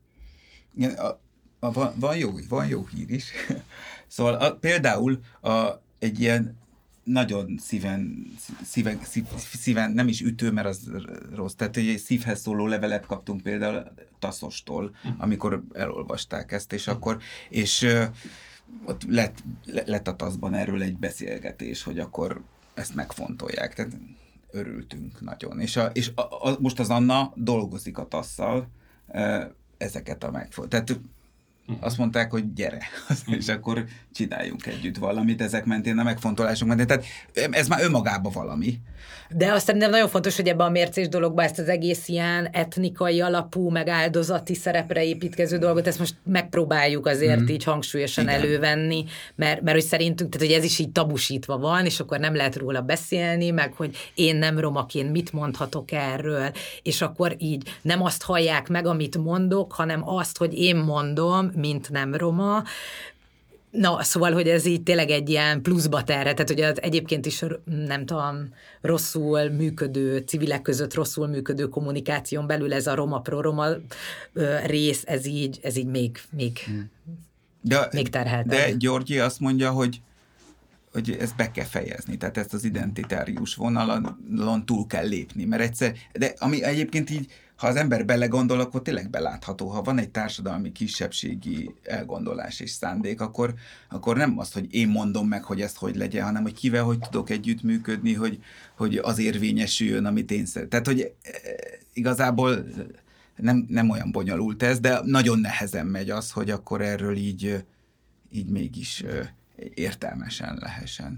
Igen, a, a, van, van, jó, van jó hír is. Szóval a, például a, egy ilyen nagyon szíven, szíven, szíven, szíven, nem is ütő, mert az rossz, tehát egy szívhez szóló levelet kaptunk például Taszostól, amikor elolvasták ezt, és akkor, és ott lett, lett a taszban erről egy beszélgetés, hogy akkor ezt megfontolják, tehát örültünk nagyon. És, a, és a, a, most az Anna dolgozik a tasszal ezeket a megfontolják. Tehát azt mondták, hogy gyere, és akkor csináljunk együtt valamit ezek mentén, a megfontolások mentén. Tehát ez már önmagában valami. De azt szerintem nagyon fontos, hogy ebben a mércés dologban ezt az egész ilyen etnikai alapú, meg áldozati szerepre építkező dolgot, ezt most megpróbáljuk azért mm. így hangsúlyosan Igen. elővenni, mert, mert hogy szerintünk, tehát hogy ez is így tabusítva van, és akkor nem lehet róla beszélni, meg hogy én nem romaként mit mondhatok erről, és akkor így nem azt hallják meg, amit mondok, hanem azt, hogy én mondom, mint nem roma. Na, szóval, hogy ez így tényleg egy ilyen pluszba terhe, tehát hogy az egyébként is nem tudom, rosszul működő, civilek között rosszul működő kommunikáción belül ez a roma-pro-roma rész, ez így, ez így még, még, de, még terhelt. De Györgyi azt mondja, hogy hogy ezt be kell fejezni, tehát ezt az identitárius vonalon túl kell lépni, mert egyszer, de ami egyébként így, ha az ember belegondol, akkor tényleg belátható. Ha van egy társadalmi kisebbségi elgondolás és szándék, akkor, akkor nem az, hogy én mondom meg, hogy ezt hogy legyen, hanem hogy kivel hogy tudok együttműködni, hogy, hogy az érvényesüljön, amit én szeretem. Tehát, hogy igazából nem, nem olyan bonyolult ez, de nagyon nehezen megy az, hogy akkor erről így, így mégis értelmesen lehessen.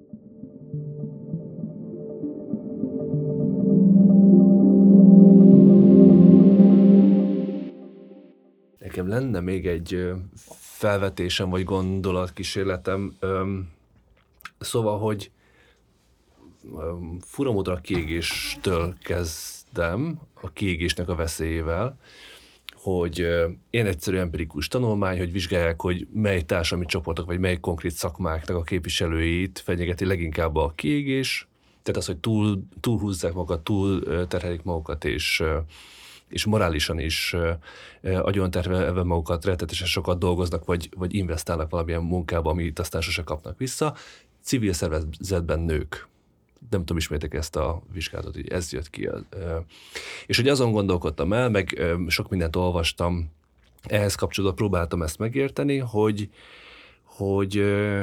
Nekem lenne még egy felvetésem, vagy gondolatkísérletem. Szóval, hogy furamódra a kiégéstől kezdem, a kiégésnek a veszélyével, hogy ilyen egyszerű empirikus tanulmány, hogy vizsgálják, hogy mely társadalmi csoportok, vagy mely konkrét szakmáknak a képviselőit fenyegeti leginkább a kiégés, tehát az, hogy túl, túlhúzzák magukat, túl terhelik magukat, és, és morálisan is agyon terhelve magukat, rettetesen sokat dolgoznak, vagy, vagy investálnak valamilyen munkába, amit aztán sose kapnak vissza. Civil szervezetben nők. Nem tudom, ismétek ezt a vizsgálatot, hogy ez jött ki. És hogy azon gondolkodtam el, meg sok mindent olvastam, ehhez kapcsolatban próbáltam ezt megérteni, hogy, hogy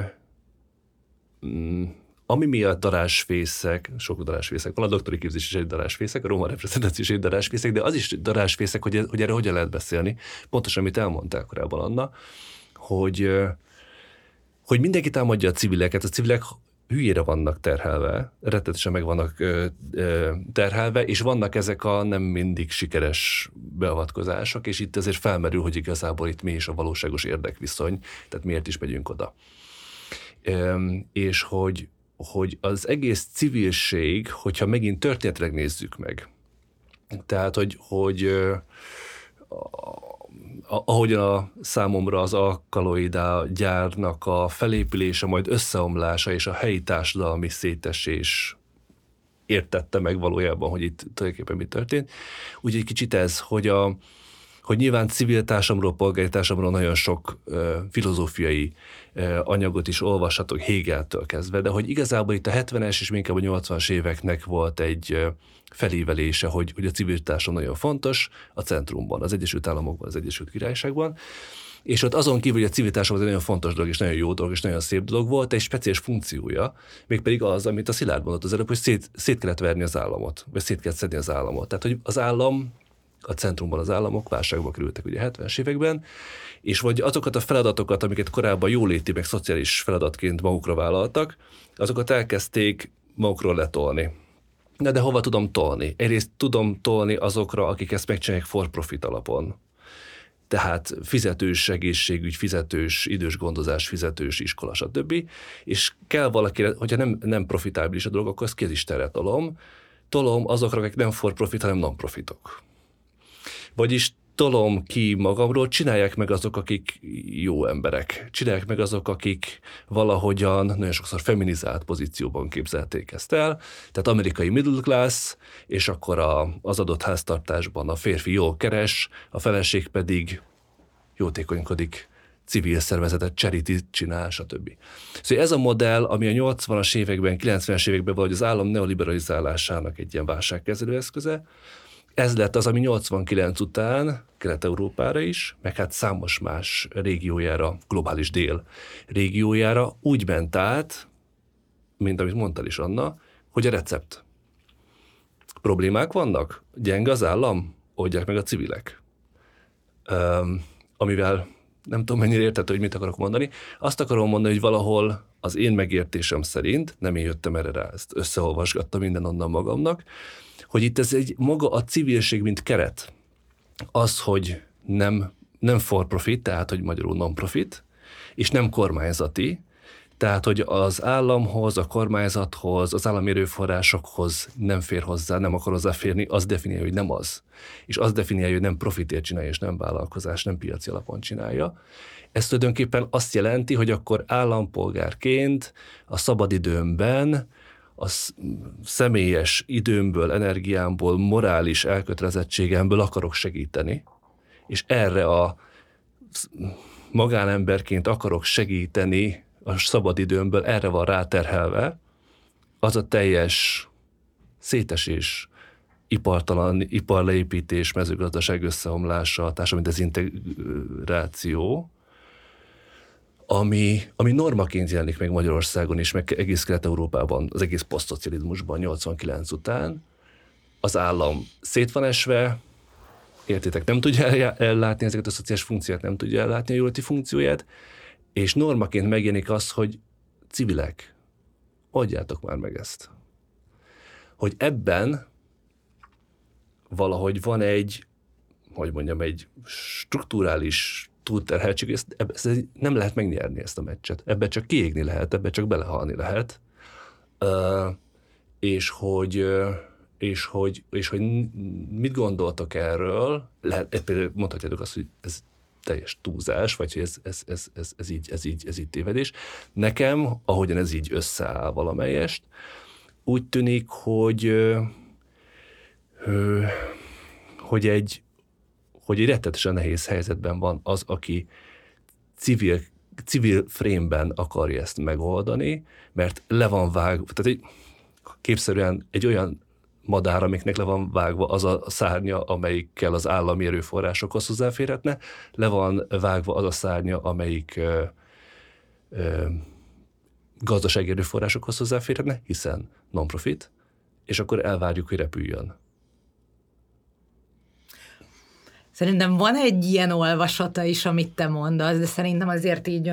ami miatt darásfészek, sok darásfészek, van a doktori képzés is egy darásfészek, a roma reprezentáció is egy darásfészek, de az is darásfészek, hogy, hogy erre hogyan lehet beszélni. Pontosan, amit elmondtál korábban, Anna, hogy, hogy mindenki támadja a civileket, a civilek hülyére vannak terhelve, rettetesen meg vannak ö, ö, terhelve, és vannak ezek a nem mindig sikeres beavatkozások, és itt ezért felmerül, hogy igazából itt mi is a valóságos érdekviszony, tehát miért is megyünk oda. Ö, és hogy, hogy az egész civilség, hogyha megint történetileg nézzük meg, tehát, hogy, hogy ö, ahogyan a számomra az alkaloidá gyárnak a felépülése, majd összeomlása és a helyi társadalmi szétesés értette meg valójában, hogy itt tulajdonképpen mi történt. Úgy egy kicsit ez, hogy, a, hogy nyilván civil társadalomról, polgári társadalomról nagyon sok uh, filozófiai uh, anyagot is olvashatok Hegeltől kezdve, de hogy igazából itt a hetvenes és inkább a nyolcvanas éveknek volt egy uh, felívelése, hogy, hogy a civil társadalom nagyon fontos a centrumban, az Egyesült Államokban, az Egyesült Királyságban, és ott azon kívül, hogy a civil társadalom egy nagyon fontos dolog, és nagyon jó dolog, és nagyon szép dolog volt, egy speciális funkciója, mégpedig az, amit a Szilárd mondott az előbb, hogy szét, szét kellett verni az államot, vagy szét kellett szedni az államot. Tehát, hogy az állam, a centrumban az államok válságba kerültek ugye a hetvenes években, és vagy azokat a feladatokat, amiket korábban jóléti, meg szociális feladatként magukra vállaltak, azokat elkezdték magukról letolni. Na de hova tudom tolni? Egyrészt tudom tolni azokra, akik ezt megcsinálják for profit alapon. Tehát fizetős egészségügy, fizetős idős gondozás, fizetős iskola, stb. És kell valaki, hogyha nem, nem profitábilis a dolog, akkor ezt ki is terre tolom. Tolom azokra, akik nem for profit, hanem non-profitok. Vagyis tolom ki magamról, csinálják meg azok, akik jó emberek. Csinálják meg azok, akik valahogyan, nagyon sokszor feminizált pozícióban képzelték ezt el. Tehát amerikai middle class, és akkor a, az adott háztartásban a férfi jól keres, a feleség pedig jótékonykodik civil szervezetet, charity csinál, stb. Szóval ez a modell, ami a nyolcvanas években, kilencvenes években vagy az állam neoliberalizálásának egy ilyen válságkezelő eszköze, ez lett az, ami nyolcvankilenc után Kelet-Európára is, meg hát számos más régiójára, globális dél régiójára úgy ment át, mint amit mondtál is, Anna, hogy a recept. Problémák vannak? Gyenge az állam? Oldják meg a civilek. Um, amivel nem tudom, mennyire értető, hogy mit akarok mondani. Azt akarom mondani, hogy valahol az én megértésem szerint, nem én jöttem erre rá, ezt összeolvasgattam minden onnan magamnak, hogy itt ez egy maga a civilség, mint keret. Az, hogy nem, nem for profit, tehát, hogy magyarul non-profit, és nem kormányzati, tehát, hogy az államhoz, a kormányzathoz, az állami erőforrásokhoz nem fér hozzá, nem akar hozzáférni, az definiálja, hogy nem az. És az definiálja, hogy nem profitért csinálja, és nem vállalkozás, nem piaci alapon csinálja. Ez tulajdonképpen azt jelenti, hogy akkor állampolgárként a szabadidőmben, a személyes időmből, energiámból, morális elkötelezettségemből akarok segíteni, és erre a magánemberként akarok segíteni a szabadidőmből, erre van ráterhelve, az a teljes szétesés, ipartalan, iparleépítés, mezőgazdaság összeomlása, társadalmi dezintegráció, ami, ami normaként jelenik meg Magyarországon is, meg egész Kelet-Európában, az egész posztszocializmusban nyolcvankilenc után. Az állam szét van esve, értitek, nem tudja ellátni ezeket a szociális funkciót, nem tudja ellátni a jóléti funkcióját, és normaként megjelenik az, hogy civilek, oldjátok már meg ezt. Hogy ebben valahogy van egy, hogy mondjam, egy strukturális túlterheltség, ezt, ezt nem lehet megnyerni ezt a meccset. Ebbe csak kiégni lehet, ebbe csak belehalni lehet. Uh, és hogy és hogy, és hogy mit gondoltok erről, lehet, például mondhatjátok azt, hogy ez teljes túlzás, vagy hogy ez, ez, ez, ez, ez, így, ez, így, ez így tévedés. Nekem, ahogyan ez így összeáll valamelyest, úgy tűnik, hogy, hogy egy, hogy egy rettetesen nehéz helyzetben van az, aki civil, civil frame-ben akarja ezt megoldani, mert le van vágva, tehát egy, képszerűen egy olyan madár, amiknek le van vágva az a szárnya, amelyikkel az állami erőforrásokhoz hozzáférhetne, le van vágva az a szárnya, amelyik ö, ö, gazdasági erőforrásokhoz hozzáférhetne, hiszen non-profit, és akkor elvárjuk, hogy repüljön. Szerintem van egy ilyen olvasata is, amit te mondasz, de szerintem azért így...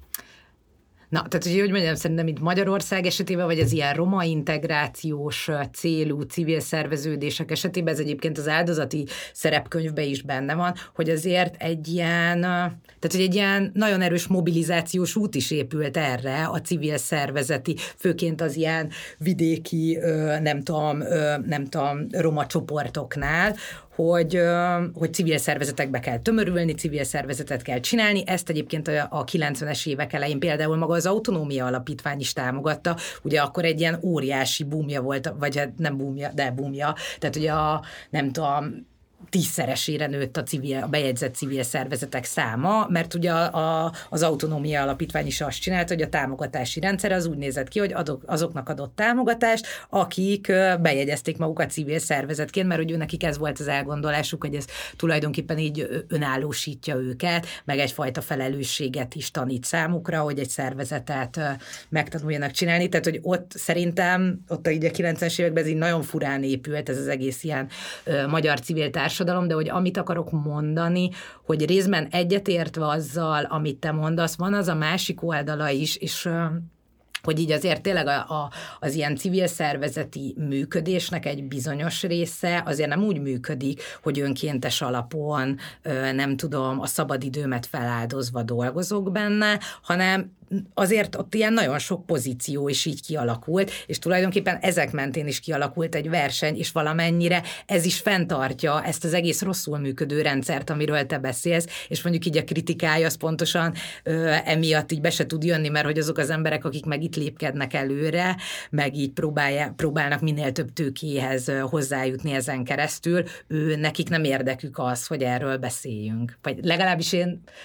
Na, tehát, hogy hogy mondjam, szerintem itt Magyarország esetében, vagy az ilyen roma integrációs célú civil szerveződések esetében, ez egyébként az áldozati szerepkönyvben is benne van, hogy azért egy ilyen, tehát, hogy egy ilyen nagyon erős mobilizációs út is épült erre a civil szervezeti, főként az ilyen vidéki, nem tudom, nem tudom, roma csoportoknál, hogy, hogy civil szervezetekbe kell tömörülni, civil szervezetet kell csinálni. Ezt egyébként a kilencvenes évek elején például maga az Autonómia Alapítvány is támogatta. Ugye akkor egy ilyen óriási boomja volt, vagy nem boomja, de boomja. Tehát ugye a, nem tudom, tízszeresére nőtt a, civil, a bejegyzett civil szervezetek száma, mert ugye a, a, az Autonómia Alapítvány is azt csinálta, hogy a támogatási rendszer az úgy nézett ki, hogy adok, azoknak adott támogatást, akik bejegyezték magukat civil szervezetként, mert ugye nekik ez volt az elgondolásuk, hogy ez tulajdonképpen így önállósítja őket, meg egyfajta felelősséget is tanít számukra, hogy egy szervezetet megtanuljanak csinálni. Tehát, hogy ott szerintem, ott így a kilencvenes években ez így nagyon furán épült, ez az egész ilyen ö, magyar civil társadalom, de hogy amit akarok mondani, hogy részben egyetértve azzal, amit te mondasz, van az a másik oldala is, és hogy így azért tényleg a, a, az ilyen civil szervezeti működésnek egy bizonyos része azért nem úgy működik, hogy önkéntes alapon, nem tudom, a szabadidőmet feláldozva dolgozok benne, hanem azért ott ilyen nagyon sok pozíció is így kialakult, és tulajdonképpen ezek mentén is kialakult egy verseny, és valamennyire ez is fenntartja ezt az egész rosszul működő rendszert, amiről te beszélsz, és mondjuk így a kritikája az pontosan ö, emiatt így be se tud jönni, mert hogy azok az emberek, akik meg itt lépkednek előre, meg így próbálnak minél több tőkéhez hozzájutni ezen keresztül, ő, nekik nem érdekük az, hogy erről beszéljünk. Vagy legalábbis én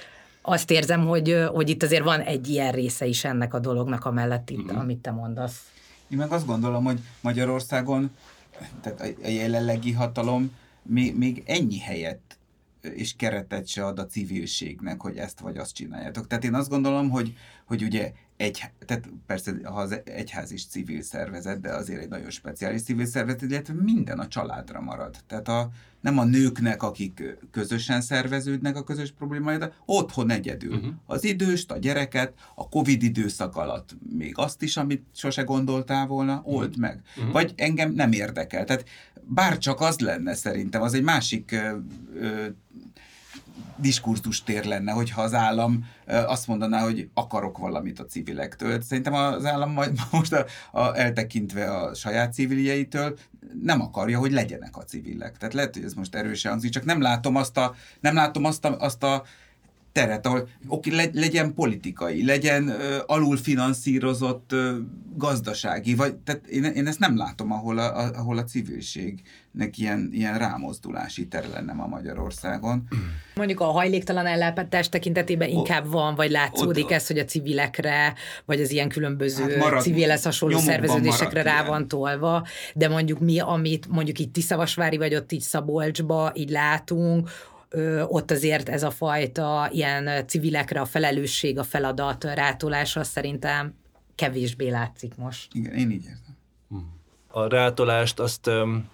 azt érzem, hogy, hogy itt azért van egy ilyen része is ennek a dolognak amellett itt, mm. amit te mondasz. Én meg azt gondolom, hogy Magyarországon, tehát a jelenlegi hatalom még, még ennyi helyet és keretet se ad a civilségnek, hogy ezt vagy azt csináljátok. Tehát én azt gondolom, hogy, hogy ugye egy, tehát persze ha az egyház is civil szervezet, de azért egy nagyon speciális civil szervezet, illetve minden a családra marad. Tehát a, nem a nőknek, akik közösen szerveződnek a közös problémájára, de otthon egyedül. Uh-huh. Az időst, a gyereket, a Covid időszak alatt még azt is, amit sose gondoltál volna, old uh-huh. meg. Uh-huh. Vagy engem nem érdekel. Tehát bárcsak az lenne szerintem, az egy másik ö, ö, diskurzustér lenne, hogyha az állam azt mondaná, hogy akarok valamit a civilektől. Szerintem az állam majd most a, a, eltekintve a saját civiljeitől nem akarja, hogy legyenek a civilek. Tehát lehet, hogy ez most erősen hangzik, csak nem látom azt a, nem látom azt a, azt a teret, ahol oké, le, legyen politikai, legyen ö, alulfinanszírozott ö, gazdasági, vagy, tehát én, én ezt nem látom, ahol a, a, ahol a civilségnek ilyen, ilyen rámozdulási tere lenne ma Magyarországon. Mondjuk a hajléktalan ellátás tekintetében inkább van, vagy látszódik ott, ez, hogy a civilekre, vagy az ilyen különböző hát marad, civilhez hasonló szerveződésekre rá ilyen. Van tolva, de mondjuk mi, amit mondjuk itt Tiszavasvári, vagy ott így Szabolcsba így látunk, ott azért ez a fajta ilyen civilekre a felelősség, a feladat rátolása szerintem kevésbé látszik most. Igen, én így érzem. A rátolást azt öm,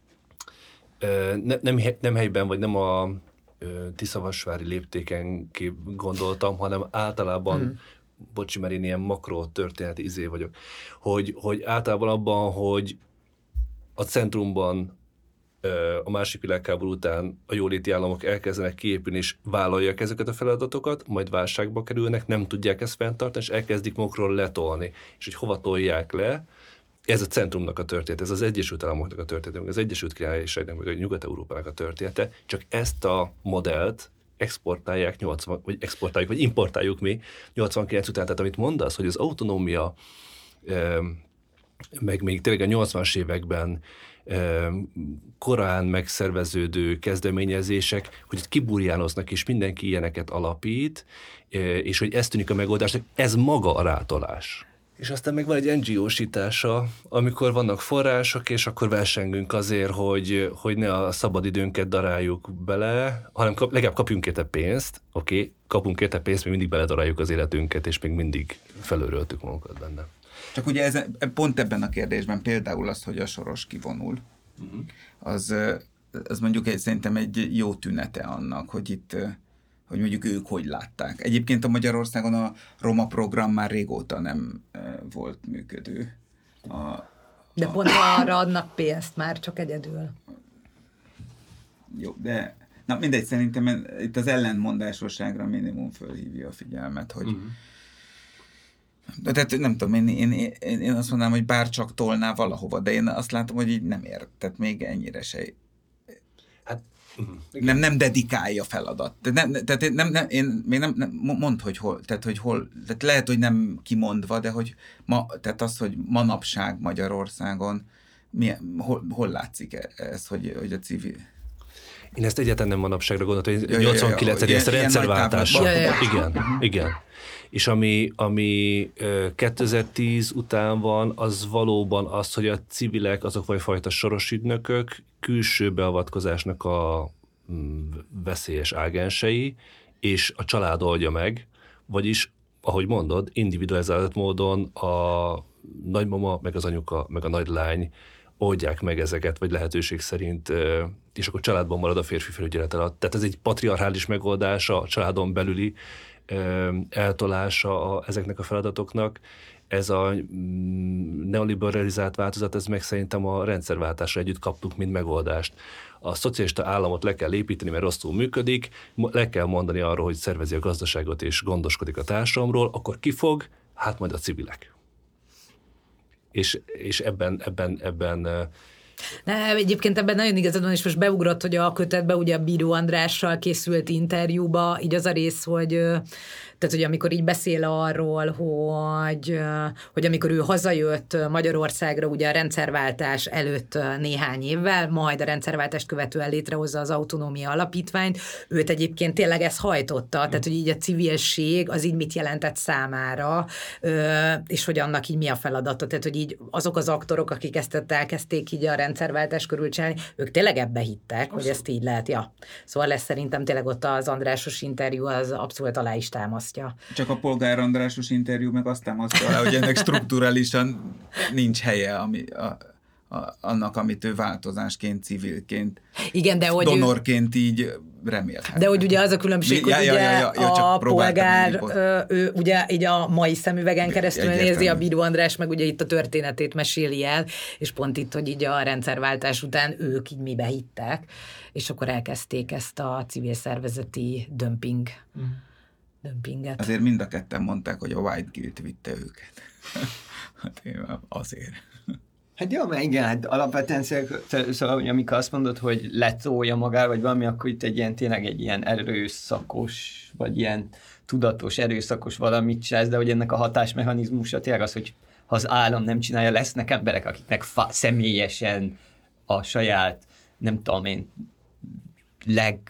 ö, ne, nem, nem helyben, vagy nem a ö, Tiszavasvári léptéken gondoltam, hanem általában, hmm. bocsi, mert én ilyen makro történeti izé vagyok, hogy, hogy általában abban, hogy a centrumban a másik világháború után a jóléti államok elkezdenek kiépülni, és vállalják ezeket a feladatokat, majd válságba kerülnek, nem tudják ezt fenntartani, és elkezdik magukról letolni. És hogy hova tolják le, ez a centrumnak a történet, ez az Egyesült Államoknak a története, az Egyesült Királyságnak, meg a Nyugat-Európának a története, csak ezt a modellt exportálják nyolcvan, vagy exportáljuk, vagy importáljuk mi nyolcvankilenc után. Tehát amit mondasz, hogy az autonómia, meg még tényleg a nyolcvanas években korán megszerveződő kezdeményezések, hogy itt kiburjánoznak, és mindenki ilyeneket alapít, és hogy ez tűnik a megoldásnak, ez maga a rátolás. És aztán meg van egy en gé ó-sítása, amikor vannak források, és akkor versengünk azért, hogy, hogy ne a szabadidőnket daráljuk bele, hanem kap, legalább kapjunk érte pénzt, oké, okay, kapunk érte pénzt, még mindig beledaráljuk az életünket, és még mindig felőröltük magunkat benne. Csak ugye ez, pont ebben a kérdésben például az, hogy a Soros kivonul, uh-huh. az, az mondjuk egy, szerintem egy jó tünete annak, hogy itt, hogy mondjuk ők hogy látták. Egyébként a Magyarországon a Roma program már régóta nem volt működő. A, de a, pont arra adnak pénzt már, csak egyedül. Jó, de na mindegy, szerintem itt az ellentmondásosságra minimum fölhívja a figyelmet, hogy uh-huh. Tehát nem tudom, én, én, én, én azt mondanám, hogy bár csak tolná valahova, de én azt látom, hogy így nem ér. Tehát még ennyire se. Hát, nem, nem dedikálja feladat. Nem, tehát nem, nem, én még nem, nem mondd, hogy hol, tehát, hogy hol, tehát lehet, hogy nem kimondva, de hogy ma, tehát az, hogy manapság Magyarországon milyen, hol, hol látszik ez, hogy, hogy a civil... Én ezt egyáltalán nem manapságra gondoltam, hogy nyolcvankilencedik ezt a rendszerváltás. Igen, igen. És ami, ami kétezer-tíz után van, az valóban az, hogy a civilek, azok vagy fajta soros ügynökök, külső beavatkozásnak a veszélyes ágensei, és a család oldja meg, vagyis, ahogy mondod, individualizált módon a nagymama, meg az anyuka, meg a nagylány oldják meg ezeket, vagy lehetőség szerint, és akkor családban marad a férfi felügyelet alatt. Tehát ez egy patriarchális megoldása, a családon belüli eltolása a, ezeknek a feladatoknak. Ez a neoliberalizált változat, ez meg szerintem a rendszerváltásra együtt kaptuk, mint megoldást. A szocialista államot le kell építeni, mert rosszul működik, le kell mondani arról, hogy szervezi a gazdaságot és gondoskodik a társadalomról, akkor ki fog? Hát majd a civilek. És, és ebben, ebben, ebben Ne, egyébként ebben nagyon igazad van, és most beugrott, hogy a kötetbe ugye a Bíró Andrással készült interjúba, így az a rész, hogy Tehát, hogy amikor így beszél arról, hogy, hogy amikor ő hazajött Magyarországra ugye a rendszerváltás előtt néhány évvel, majd a rendszerváltást követően létrehozza az Autonómia Alapítványt, őt egyébként tényleg ez hajtotta, tehát, hogy így a civilség az így mit jelentett számára, és hogy annak így mi a feladata, tehát, hogy így azok az aktorok, akik ezt elkezdték így a rendszerváltás körül csinálni, ők tényleg ebbe hittek, Abszolút. Hogy ezt így lehet, ja. Szóval lesz szerintem tényleg ott az Andrásos interjú az abszolút alá is támasztja. Csak a Polgár Andrásos interjú meg azt támasztja alá, hogy ennek strukturálisan nincs helye, ami a, a, annak, amit ő változásként, civilként, igen, de hogy donorként ő... így remélhet. De hogy ugye az a különbség, hogy ja, ja, ja, ja, ja, a Polgár, ő ugye így a mai szemüvegen keresztül nézi, a Bíró András meg ugye itt a történetét meséli el, és pont itt, hogy így a rendszerváltás után ők így mibe hittek, és akkor elkezdték ezt a civil szervezeti dömping, mm. dömpinget. Azért mind a ketten mondták, hogy a White Guilt vitte őket. Hát én azért. Hát jó, mert igen, hát alapvetően szóval, amikor azt mondod, hogy letolja magára, vagy valami, akkor itt egy ilyen, tényleg egy ilyen erőszakos, vagy ilyen tudatos, erőszakos valamit csinálsz, de hogy ennek a hatásmechanizmusa tényleg az, hogy ha az állam nem csinálja, lesznek emberek, akiknek fa- személyesen a saját, nem tudom én, leg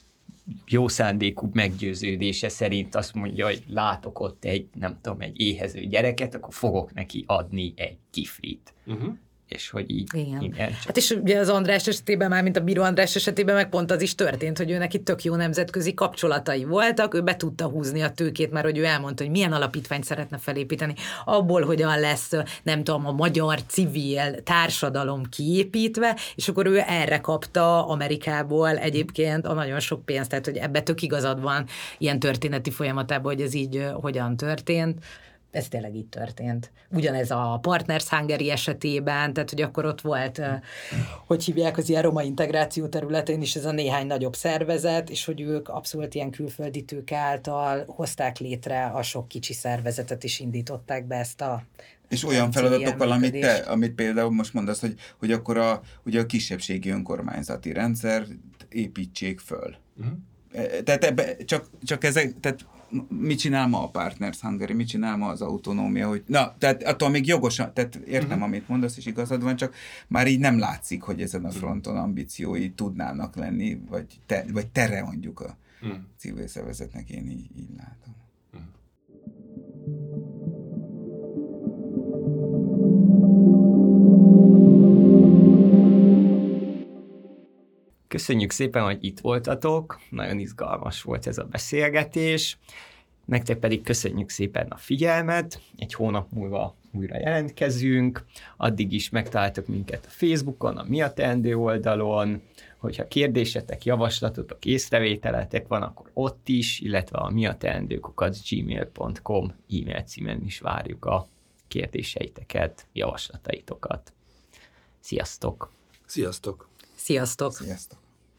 jó szándékú meggyőződése szerint azt mondja, hogy látok ott egy, nem tudom, egy éhező gyereket, akkor fogok neki adni egy kiflit. Uh-huh. És hogy így... Igen. igen hát és ugye az András esetében már, mint a Bíró András esetében meg pont az is történt, hogy ő neki tök jó nemzetközi kapcsolatai voltak, ő be tudta húzni a tőkét, mert hogy ő elmondta, hogy milyen alapítványt szeretne felépíteni, abból hogyan lesz, nem tudom, a magyar civil társadalom kiépítve, és akkor ő erre kapta Amerikából egyébként a nagyon sok pénzt, tehát hogy ebbe tök igazad van ilyen történeti folyamatában, hogy ez így hogyan történt. Ez tényleg így történt. Ugyanez a Partners Hungary esetében, tehát hogy akkor ott volt, hogy hívják az ilyen roma integráció területén is ez a néhány nagyobb szervezet, és hogy ők abszolút ilyen külföldi tőke által hozták létre a sok kicsi szervezetet, és indították be ezt a... És olyan feladatokkal, amit te, amit például most mondasz, hogy, hogy akkor a, ugye a kisebbségi önkormányzati rendszer építsék föl. Uh-huh. Tehát ebbe, csak, csak ezek, tehát mit csinál ma a Partners Hungary, mit csinál ma az autonómia, hogy na, tehát attól még jogosan, tehát értem, uh-huh. amit mondasz, és igazad van, csak már így nem látszik, hogy ezen a fronton ambíciói tudnának lenni, vagy, te, vagy tere mondjuk a uh-huh. civil szervezetnek, én így, így látom. Uh-huh. Köszönjük szépen, hogy itt voltatok, nagyon izgalmas volt ez a beszélgetés, nektek pedig köszönjük szépen a figyelmet, egy hónap múlva újra jelentkezünk, addig is megtaláltok minket a Facebookon, a Mi a Teendő oldalon, hogyha kérdésetek, javaslatotok, észrevételetek van, akkor ott is, illetve a miateendő kukac gmail pont com e-mail címen is várjuk a kérdéseiteket, javaslataitokat. Sziasztok! Sziasztok! Sziasztok! Sziasztok!